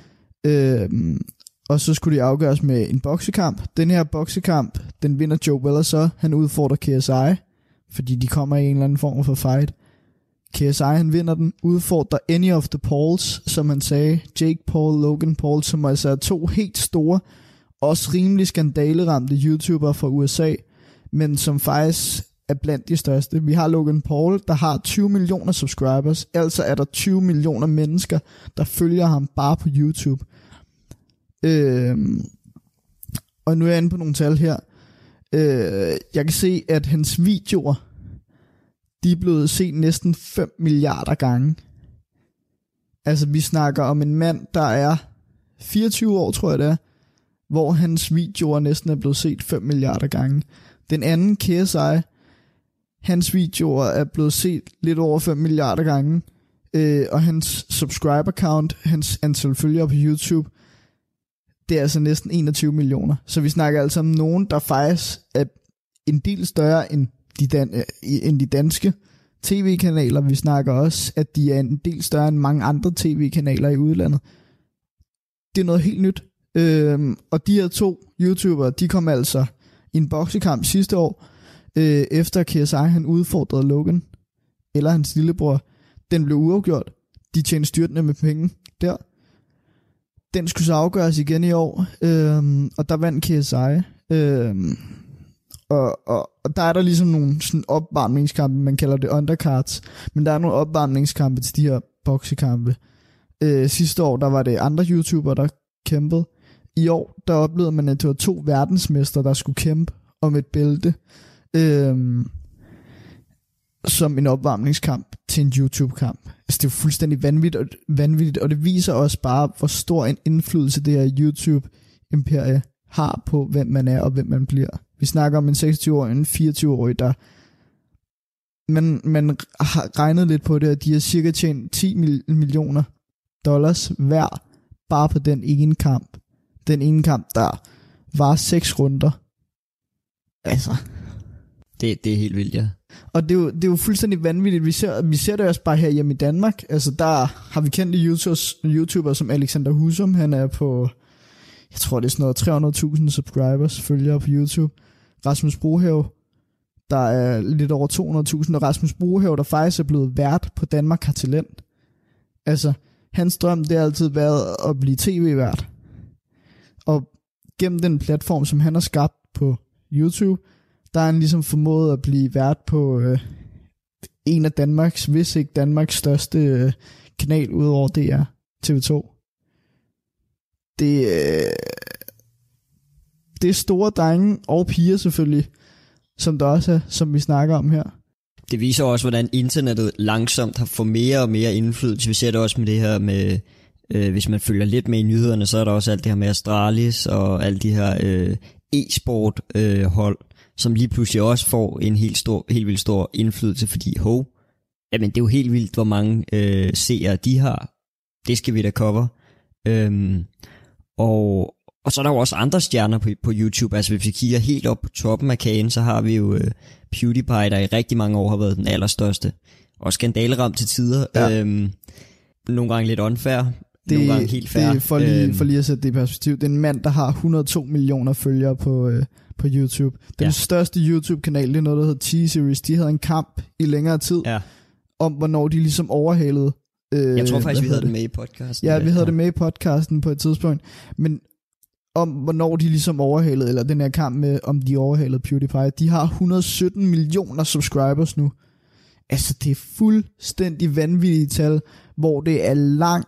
Og så skulle de afgøres med en boksekamp. Den her boksekamp, den vinder Joe Weller så. Han udfordrer KSI, fordi de kommer i en eller anden form for fight. KSI, han vinder den, udfordrer any of the Pauls, som han sagde. Jake Paul, Logan Paul, som altså er to helt store, også rimelig skandaleramte YouTubere fra USA, men som faktisk er blandt de største. Vi har Logan Paul, der har 20 millioner subscribers, altså er der 20 millioner mennesker, der følger ham bare på YouTube. Og nu er jeg inde på nogle tal her. Jeg kan se, at hans videoer, de er blevet set næsten 5 milliarder gange. Altså, vi snakker om en mand, der er 24 år, tror jeg det er, hvor hans videoer næsten er blevet set 5 milliarder gange. Den anden, KSI, hans videoer er blevet set lidt over 5 milliarder gange, og hans subscriber count, hans antal følgere på YouTube, det er altså næsten 21 millioner. Så vi snakker altså om nogen, der faktisk er en del større end de danske tv-kanaler. Vi snakker også, at de er en del større end mange andre tv-kanaler i udlandet. Det er noget helt nyt. Og de her 2 YouTubere, de kom altså i en boksekamp sidste år, efter KSI han udfordrede Logan, eller hans lillebror. Den blev uafgjort. De tjente styrtende med penge der. Den skulle så afgøres igen i år, og der vandt KSI. Og der er der ligesom nogle sådan opvarmningskampe, man kalder det undercards, men der er nogle opvarmningskampe til de her boksekampe. Sidste år, der var det andre YouTubere, der kæmpede. I år, der oplevede man, at det var 2 verdensmestre, der skulle kæmpe om et bælte, som en opvarmningskamp til en YouTube-kamp. Altså, det er jo fuldstændig vanvittigt, og det viser også bare, hvor stor en indflydelse det her YouTube-imperie har på, hvem man er og hvem man bliver. Vi snakker om en 26-årig og en 24-årig, der man har regnet lidt på det, at de har cirka tjent 10 millioner dollars hver, bare på den ene kamp. Den ene kamp, der var 6 runder. Altså. Det er helt vildt, ja. Og det er jo fuldstændig vanvittigt. Vi ser det også bare her hjemme i Danmark. Altså, der har vi kendte YouTuber som Alexander Husum. Han er på, jeg tror det er sådan noget 300.000 subscribers, følgere på YouTube. Rasmus Brohave, der er lidt over 200.000. Og Rasmus Brohave, der faktisk er blevet vært på Danmark har talent. Altså, hans drøm, det har altid været at blive tv-vært. Og gennem den platform, som han har skabt på YouTube, der er han ligesom formået at blive vært på en af Danmarks, hvis ikke Danmarks største kanal, udover DR, TV2. Det er store drenge og piger selvfølgelig, som der også er, som vi snakker om her. Det viser også, hvordan internettet langsomt har fået mere og mere indflydelse. Vi ser det også med det her med, hvis man følger lidt med i nyhederne, så er der også alt det her med Astralis og alle de her e-sport hold, som lige pludselig også får en helt vildt stor indflydelse, fordi jamen det er jo helt vildt, hvor mange seere de har. Det skal vi da cover. Og så er der jo også andre stjerner på YouTube. Altså hvis vi kigger helt op på toppen af kagen, så har vi jo PewDiePie, der i rigtig mange år har været den allerstørste. Og skandaleramt til tider. Ja. Nogle gange lidt unfair. Nogle gange helt fair. Det for lige at sætte det i perspektiv. Det er en mand, der har 102 millioner følgere på YouTube. Den største YouTube-kanal, det er noget, der hedder T-Series. De havde en kamp i længere tid, om hvornår de ligesom overhalede. Jeg tror faktisk, vi havde det med i podcasten. Ja, vi havde det med i podcasten på et tidspunkt. Men om hvornår de ligesom overhalede, eller den her kamp med, om de overhalede PewDiePie. De har 117 millioner subscribers nu. Altså, det er fuldstændig vanvittige tal, hvor det er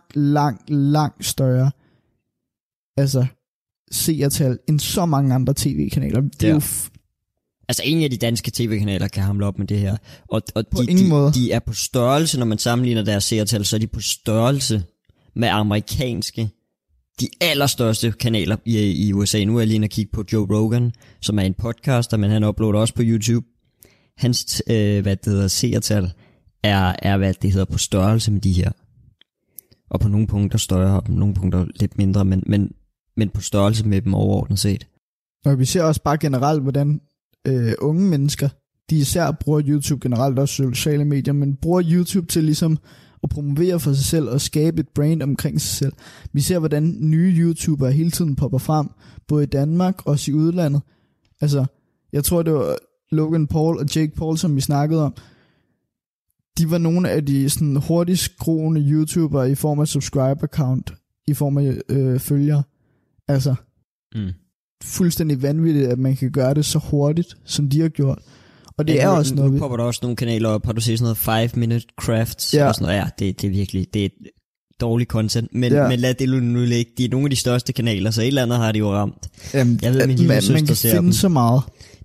langt større. Altså, seertal end så mange andre tv-kanaler. Det er jo altså, ingen af de danske tv-kanaler kan hamle op med det her. Og de er på størrelse, når man sammenligner deres seertal, så er de på størrelse med amerikanske, de allerstørste kanaler i USA. Nu er jeg lige inde og kigge på Joe Rogan, som er en podcaster, men han uploader også på YouTube. Hans, seertal er, på størrelse med de her. Og på nogle punkter større, og på nogle punkter lidt mindre, men på størrelse med dem overordnet set. Og vi ser også bare generelt, hvordan unge mennesker, de især bruger YouTube generelt, også sociale medier, men bruger YouTube til ligesom at promovere for sig selv og skabe et brand omkring sig selv. Vi ser, hvordan nye YouTubere hele tiden popper frem, både i Danmark og også i udlandet. Altså, jeg tror, det var Logan Paul og Jake Paul, som vi snakkede om. De var nogle af de sådan hurtigst groende YouTubere i form af subscriber count, i form af følgere. Altså, fuldstændig vanvittigt, at man kan gøre det så hurtigt, som de har gjort. Og det er også noget. Nu popper der også nogle kanaler op, har du set sådan noget 5-minute crafts og sådan noget. Ja, det er virkelig, det er dårlig content, men lad det nu ligge. De er nogle af de største kanaler, så et eller andet har de jo ramt. Jeg ved, min lille søster man kan finde så meget.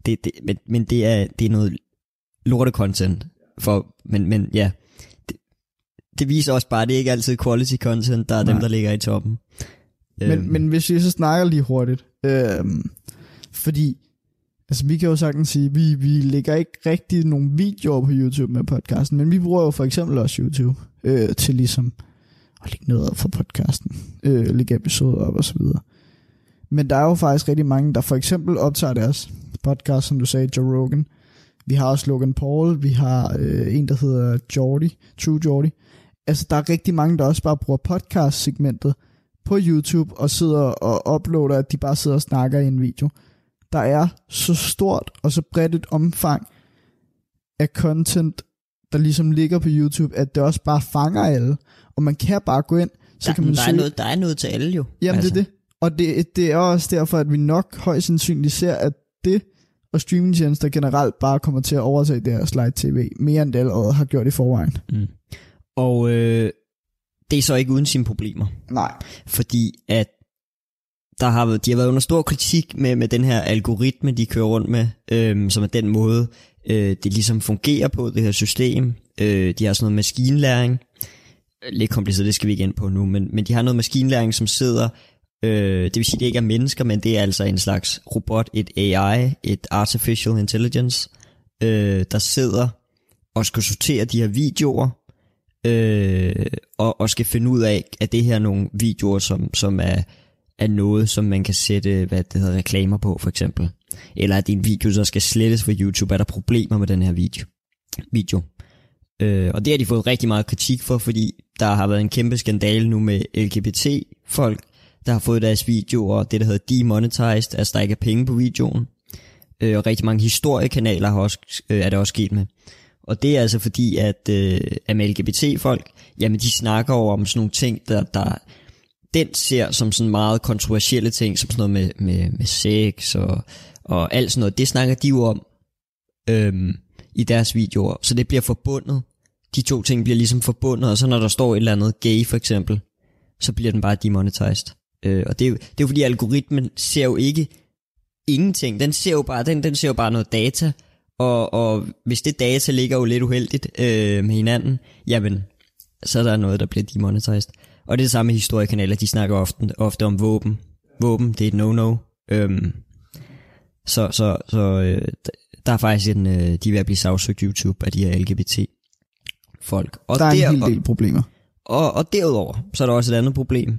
Men det er noget lorte content. Men ja, det viser også bare, at det ikke altid er quality content, der er dem, der ligger i toppen. Men hvis vi så snakker lige hurtigt, fordi altså vi kan jo sagtens sige, vi lægger ikke rigtig nogle videoer på YouTube med podcasten, men vi bruger jo for eksempel også YouTube til ligesom at lægge noget op for podcasten, lægge episoder op og så videre. Men der er jo faktisk rigtig mange, der for eksempel optager deres podcast, som du sagde, Joe Rogan. Vi har også Logan Paul, vi har en, der hedder True Jordy. Altså der er rigtig mange, der også bare bruger podcast-segmentet på YouTube og sidder og uploader, at de bare sidder og snakker i en video. Der er så stort og så bredt et omfang af content, der ligesom ligger på YouTube, at det også bare fanger alle. Og man kan bare gå ind, så kan man søge. Der er noget til alle jo. Jamen altså. Det er det. Og det er også derfor, at vi nok højst sandsynligt ser, at det og streamingtjenester generelt bare kommer til at overtage deres live tv, mere end det allerede har gjort i forvejen. Mm. Og det er så ikke uden sine problemer. Nej. Fordi at de har været under stor kritik med den her algoritme, de kører rundt med, som er den måde, det ligesom fungerer på, det her system. De har sådan noget maskinlæring. Lidt kompliceret, det skal vi ikke ind på nu, men de har noget maskinlæring, som sidder, det vil sige, det ikke er mennesker, men det er altså en slags robot, et AI, et Artificial Intelligence, der sidder og skal sortere de her videoer, og skal finde ud af, at det her er nogle videoer, som er noget, som man kan sætte, hvad det hedder, reklamer på, for eksempel. Eller at det er en video, der skal slettes fra YouTube, er der problemer med den her video. Og det har de fået rigtig meget kritik for, fordi der har været en kæmpe skandale nu med LGBT-folk, der har fået deres videoer, det der hedder demonetized, altså der ikke er penge på videoen. Og rigtig mange historiekanaler er det også sket med. Og det er altså fordi, at med LGBT-folk, jamen de snakker over om sådan nogle ting, der den ser som sådan meget kontroversielle ting, som sådan noget med sex og alt sådan noget. Det snakker de jo om i deres videoer, så det bliver forbundet. De to ting bliver ligesom forbundet, og så når der står et eller andet gay for eksempel, så bliver den bare demonetized. Og det er jo fordi algoritmen ser jo ikke ingenting. Den ser jo bare noget data, og hvis det data ligger jo lidt uheldigt med hinanden, jamen så er der noget, der bliver demonetized. Og det er det samme med historiekanaler, de snakker ofte om våben. Våben, det er et no-no. Så der er faktisk de er ved at blive sagsøgt YouTube af de her LGBT-folk. Og der er en hel del problemer. Og derudover, så er der også et andet problem.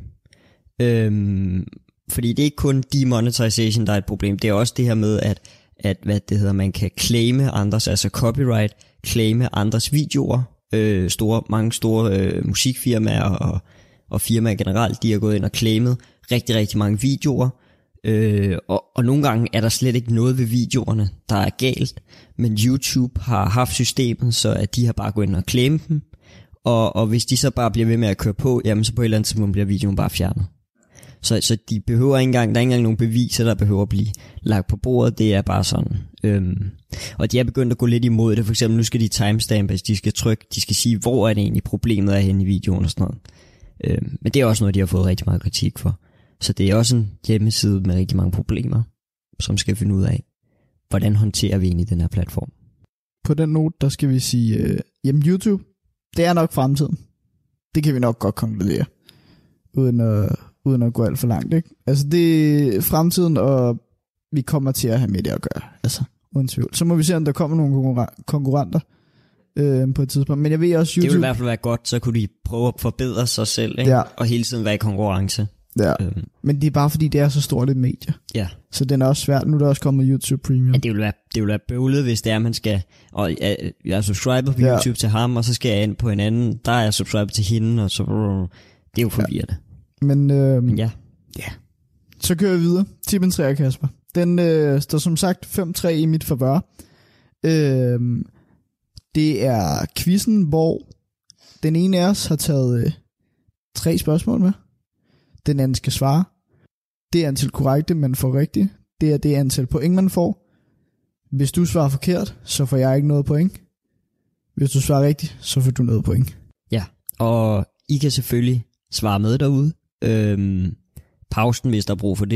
Fordi det er ikke kun demonetization, der er et problem. Det er også det her med, at hvad det hedder, man kan claime andres, altså copyright, claime andres videoer. Mange store musikfirmaer og firmaer generelt, de har gået ind og claimet rigtig, rigtig mange videoer. Og nogle gange er der slet ikke noget ved videoerne, der er galt. Men YouTube har haft systemet, så at de har bare gået ind og claimet dem. Og hvis de så bare bliver ved med at køre på, jamen så på et eller andet tidspunkt bliver videoen bare fjernet. Så de behøver ikke engang, der er ikke engang nogen beviser, der behøver at blive lagt på bordet. Det er bare sådan. Og de er begyndt at gå lidt imod det. For eksempel nu skal de timestampe, de skal trykke, de skal sige, hvor er det egentlig problemet er henne i videoen og sådan noget. Men det er også noget, de har fået rigtig meget kritik for. Så det er også en hjemmeside med rigtig mange problemer, som skal finde ud af, hvordan håndterer vi egentlig den her platform. På den note, der skal vi sige, jamen YouTube, det er nok fremtiden. Det kan vi nok godt konkludere, uden at gå alt for langt, ikke? Altså det er fremtiden, og vi kommer til at have med det at gøre, altså uden tvivl. Så må vi se, om der kommer nogle konkurrenter på et tidspunkt. Men jeg ved også, YouTube... Det vil i hvert fald være godt, så kunne de prøve at forbedre sig selv, ikke? Ja. Og hele tiden være i konkurrence. Ja, men det er bare fordi, det er så stort et medie. Ja. Så den er også svært. Nu er der også kommet YouTube Premium. Ja, det vil være bøvlet, hvis det er, man skal... Og jeg er subscriber på YouTube til ham, og så skal jeg ind på en anden. Der er jeg subscriber til hende, og så... Det er jo forvirrende. Men ja. Så kører vi videre. Tippen 3, Kasper. Den står som sagt 5-3 i mit favør. Det er quizzen, hvor den ene af os har taget 3 spørgsmål med. Den anden skal svare. Det er antal korrekte, man får rigtigt. Det er det antal point, man får. Hvis du svarer forkert, så får jeg ikke noget point. Hvis du svarer rigtigt, så får du noget point. Ja, og I kan selvfølgelig svare med derude. Pausen, hvis der er brug for det.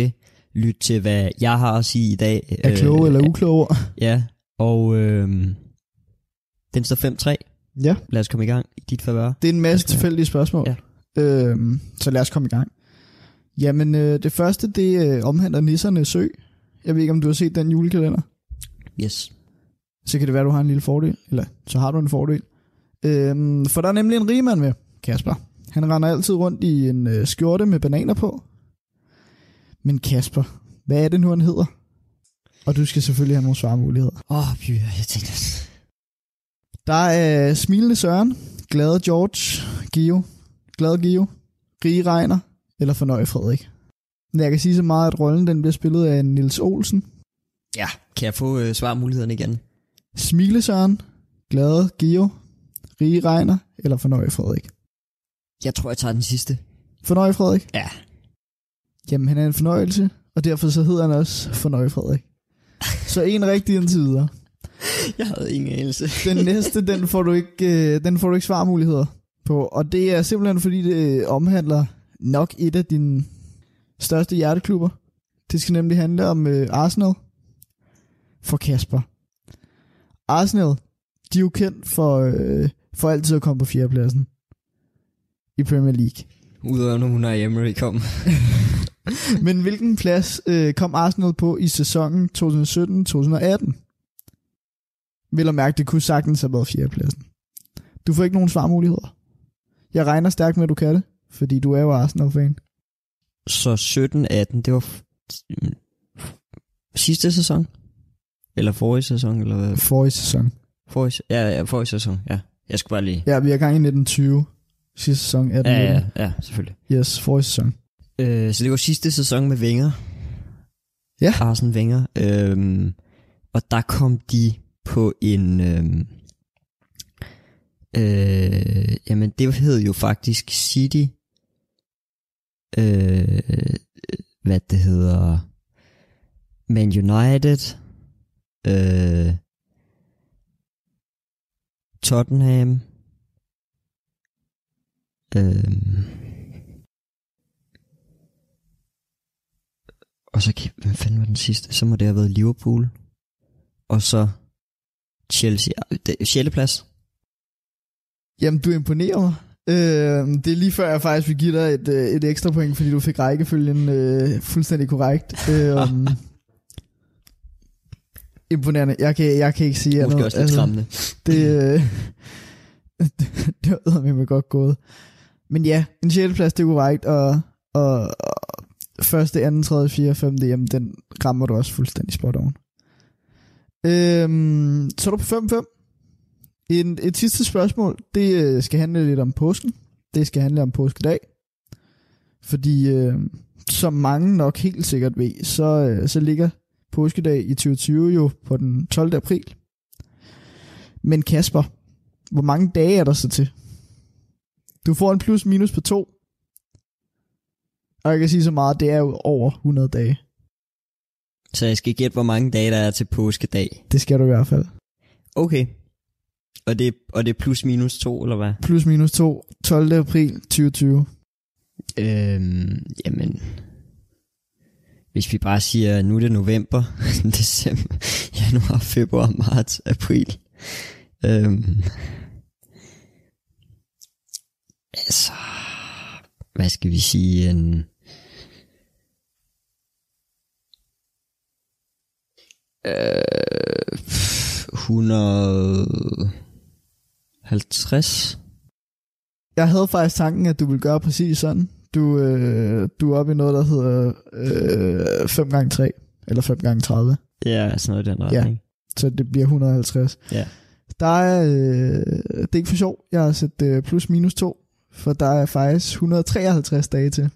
lytte til, hvad jeg har at sige i dag. Er kloge eller ukloge? Ja, og den står 5-3. Ja. Lad os komme i gang i dit favør. Det er en masse tilfældige spørgsmål. Ja. Så lad os komme i gang. Jamen, det første, det omhandler Nissernes Sø. Jeg ved ikke, om du har set den julekalender. Yes. Så kan det være, du har en lille fordel. Eller så har du en fordel. For der er nemlig en rigmand med, Kasper. Han render altid rundt i en skjorte med bananer på. Men Kasper, hvad er det nu, han hedder? Og du skal selvfølgelig have nogle svarmuligheder. Jeg tænkte... Der er smilende Søren, glade George, glade Geo, rige Reiner eller fornøje Frederik. Men jeg kan sige så meget, at rollen den bliver spillet af Niels Olsen. Ja, kan jeg få svarmulighederne igen? Smile Søren, glade Geo, rige Reiner eller fornøje Frederik. Jeg tror, jeg tager den sidste. Fornøje Frederik? Ja. Jamen, han er en fornøjelse, og derfor så hedder han også fornøje Frederik. Så en rigtig indtil videre. Jeg havde ingen anelse. Den næste, den får du ikke svarmuligheder på, og det er simpelthen fordi det omhandler nok et af dine største hjerteklubber. Det skal nemlig handle om Arsenal for Kasper. Arsenal, de er jo kendt for altid at komme på 4. pladsen i Premier League. Udover når hun er Emery kom. Men hvilken plads kom Arsenal på i sæsonen 2017-2018? Vil at mærke, det kunne sagtens have været 4. pladsen. Du får ikke nogen svarmuligheder. Jeg regner stærkt med, at du kan det, fordi du er jo Arsenal-fan. Så 17-18, det var sidste sæson? Eller forrige sæson? Eller hvad? Forrige sæson. Forrige sæson, ja. Jeg skal bare lige... Ja, vi er i gang i 1920. Sidste sæson 18. Ja, selvfølgelig. Yes, forrige sæson. Så det var sidste sæson med Wenger. Ja. Arsene Wenger. Og der kom de på en... jamen, det hed jo faktisk City... hvad det hedder... Man United... Tottenham... og så hvad fanden var den sidste? Så må det have været Liverpool. Og så Chelsea. 6. plads. Jamen, du imponerer mig. Det er lige før jeg faktisk vil give dig et ekstra point, fordi du fik rækkefølgen fuldstændig korrekt. Imponerende. Jeg kan ikke sige andet. Måske også lidt skræmmende. Det var med godt gået. Men ja, en 6. plads, det er korrekt, og første, anden, tredje, fjerde, femte, jamen den rammer du også fuldstændig spot on. Så er du på 5-5. Et sidste spørgsmål, det skal handle lidt om påsken. Det skal handle om påskedag. Fordi, som mange nok helt sikkert ved, så ligger påskedag i 2020 jo på den 12. april. Men Kasper, hvor mange dage er der så til? Du får en plus minus på 2. Og jeg kan sige så meget, det er jo over 100 dage. Så jeg skal gætte, hvor mange dage der er til påskedag. Det skal du i hvert fald. Okay. Og det er plus minus 2, eller hvad? Plus minus 2, 12. april 2020. Jamen... Hvis vi bare siger, nu er det november, december, januar, februar, marts, april. Altså... Hvad skal vi sige? En... 150. Jeg havde faktisk tanken, at du ville gøre præcis sådan. Du er oppe i noget, der hedder 5x3, eller 5x30. Ja, sådan noget i den retning. Ja, så det bliver 150. Ja. Der er, det er ikke for sjov, jeg har sat plus minus 2, for der er faktisk 153 dage til.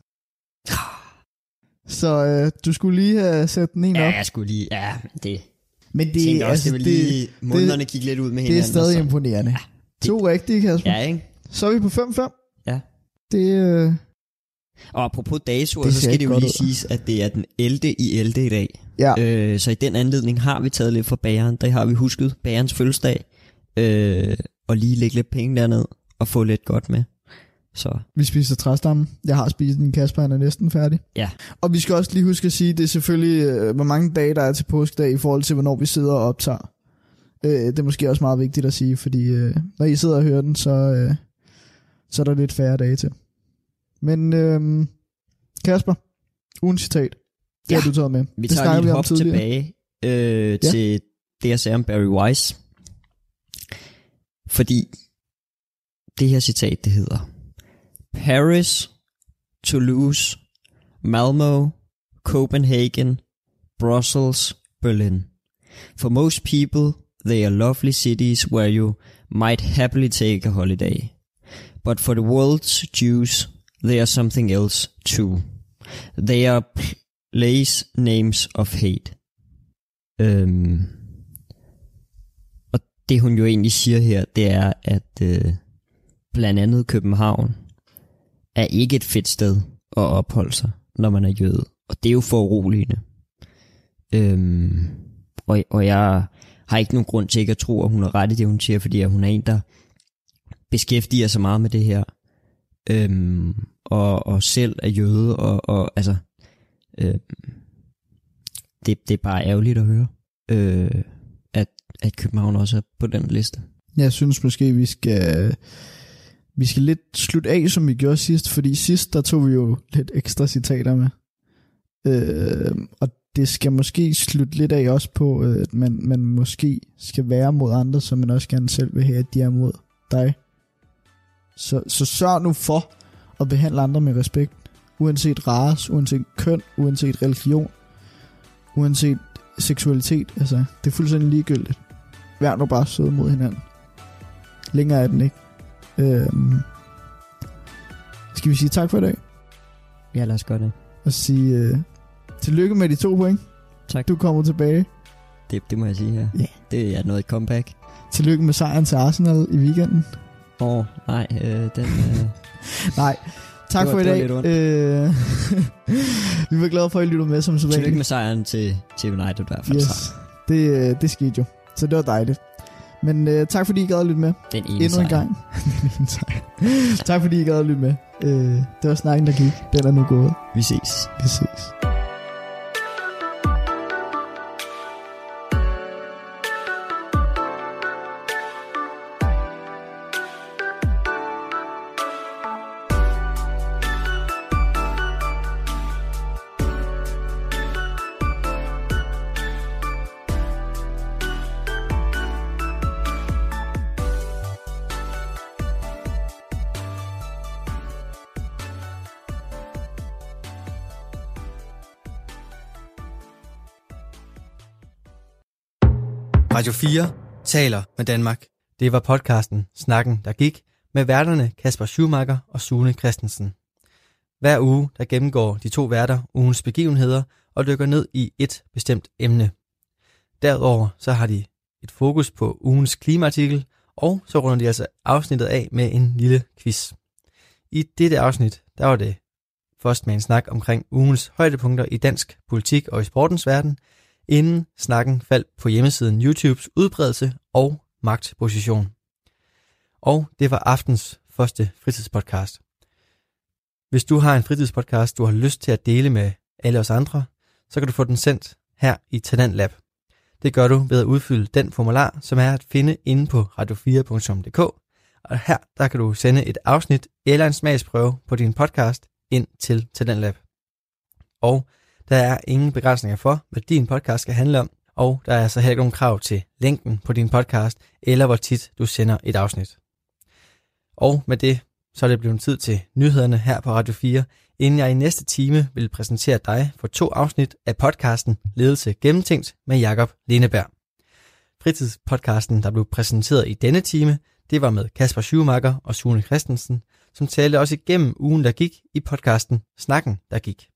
Så du skulle lige have sat den en op. Ja, jeg skulle lige, ja, det... Men det også, altså, det lige, månederne gik lidt ud med hinanden. Det er stadig imponerende. Ja, det, 2 rigtige, Kasper. Ja, ikke? Så er vi på 5-5. Ja. Det... Og apropos datoer, så skal det jo lige siges, at det er den 11. i 11. i dag. Ja. Så i den anledning har vi taget lidt fra bageren. Der har vi husket bagerens fødselsdag. Og lige lægge lidt penge derned og få lidt godt med. Så Vi spiser træstamme. Jeg har spist en. Kasper, han er næsten færdig. ja, Og vi skal også lige huske at sige, det er selvfølgelig, hvor mange dage der er til påskedag i forhold til, hvornår vi sidder og optager. Det er måske også meget vigtigt at sige, fordi når I sidder og hører den, så er der lidt færre dage til. Men Kasper, ugens citat, det har du taget med. vi Det tager snakkede lige vi et om hop tidligere. tilbage til det, jeg sagde om Barry Weiss. Fordi det her citat, det hedder: Paris, Toulouse, Malmö, Copenhagen, Brussels, Berlin. For most people, they are lovely cities where you might happily take a holiday. But for the world's Jews, they are something else too. They are place names of hate. Og det hun jo egentlig siger her, det er, at blandt andet København er ikke et fedt sted at opholde sig, når man er jøde. Og det er jo foruroligende. Og jeg har ikke nogen grund til ikke at tro, at hun har ret i det, hun siger, fordi hun er en, der beskæftiger sig meget med det her. Og selv er jøde, og altså, det er bare ærgerligt at høre, at København også er på den liste. Jeg synes måske, vi skal lidt slutte af, som vi gjorde sidst, fordi sidst, der tog vi jo lidt ekstra citater med. Og det skal måske slutte lidt af også på, at man måske skal være mod andre, så man også gerne selv vil have, at de er mod dig. Så sørg nu for at behandle andre med respekt, uanset race, uanset køn, uanset religion, uanset seksualitet. Altså, det er fuldstændig ligegyldigt. Vær nu bare søde mod hinanden. Længere er den ikke. Skal vi sige tak for i dag? Ja, lad os gøre det. Og sige tillykke med de 2 point. Tak. Du kommer tilbage. Det må jeg sige her. Yeah. Det er noget et comeback. Tillykke med sejren til Arsenal i weekenden. Nej, den... Nej, tak for i dag. Vi var glade for, at I lyttede med som så vanligt. Tillykke med sejren til United i hvert fald. Yes, det skete jo. Så det var dejligt. Men tak fordi I gad at lytte med. Den ene endnu sejr. en gang. Tak fordi I gad at lytte med. Det var snakken, der gik. Den er nu gået. Vi ses. Vi ses. Radio 4 taler med Danmark. Det var podcasten Snakken, der gik, med værterne Kasper Schumacher og Sune Christensen. Hver uge der gennemgår de 2 værter ugens begivenheder og dykker ned i et bestemt emne. Derudover så har de et fokus på ugens klimaartikel, og så runder de altså afsnittet af med en lille quiz. I dette afsnit, der var det først med en snak omkring ugens højdepunkter i dansk politik og i sportens verden, inden snakken faldt på hjemmesiden YouTubes udbredelse og magtposition. Og det var aftens første fritidspodcast. Hvis du har en fritidspodcast, du har lyst til at dele med alle os andre, så kan du få den sendt her i Talentlab. Det gør du ved at udfylde den formular, som er at finde inde på radio4.dk. Og her der kan du sende et afsnit eller en smagsprøve på din podcast ind til Talentlab. Og der er ingen begrænsninger for, hvad din podcast skal handle om, og der er altså heller ikke nogen krav til længden på din podcast, eller hvor tit du sender et afsnit. Og med det, så er det blevet tid til nyhederne her på Radio 4, inden jeg i næste time vil præsentere dig for 2 afsnit af podcasten Ledelse Gennemtænkt med Jakob Lindeberg. Fritidspodcasten, der blev præsenteret i denne time, det var med Kasper Schumacher og Sune Christensen, som talte også igennem ugen, der gik i podcasten Snakken, der gik.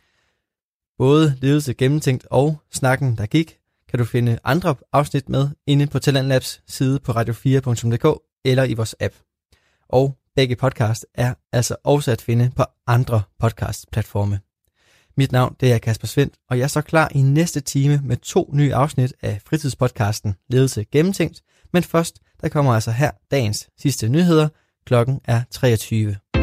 Både Ledelse Gennemtænkt og Snakken, der gik, kan du finde andre afsnit med inde på Talentlabs side på radio4.dk eller i vores app. Og begge podcast er altså også at finde på andre podcast-platforme. Mit navn det er Kasper Svendt, og jeg er så klar i næste time med 2 nye afsnit af fritidspodcasten Ledelse Gennemtænkt. Men først, der kommer altså her dagens sidste nyheder. Klokken er 23.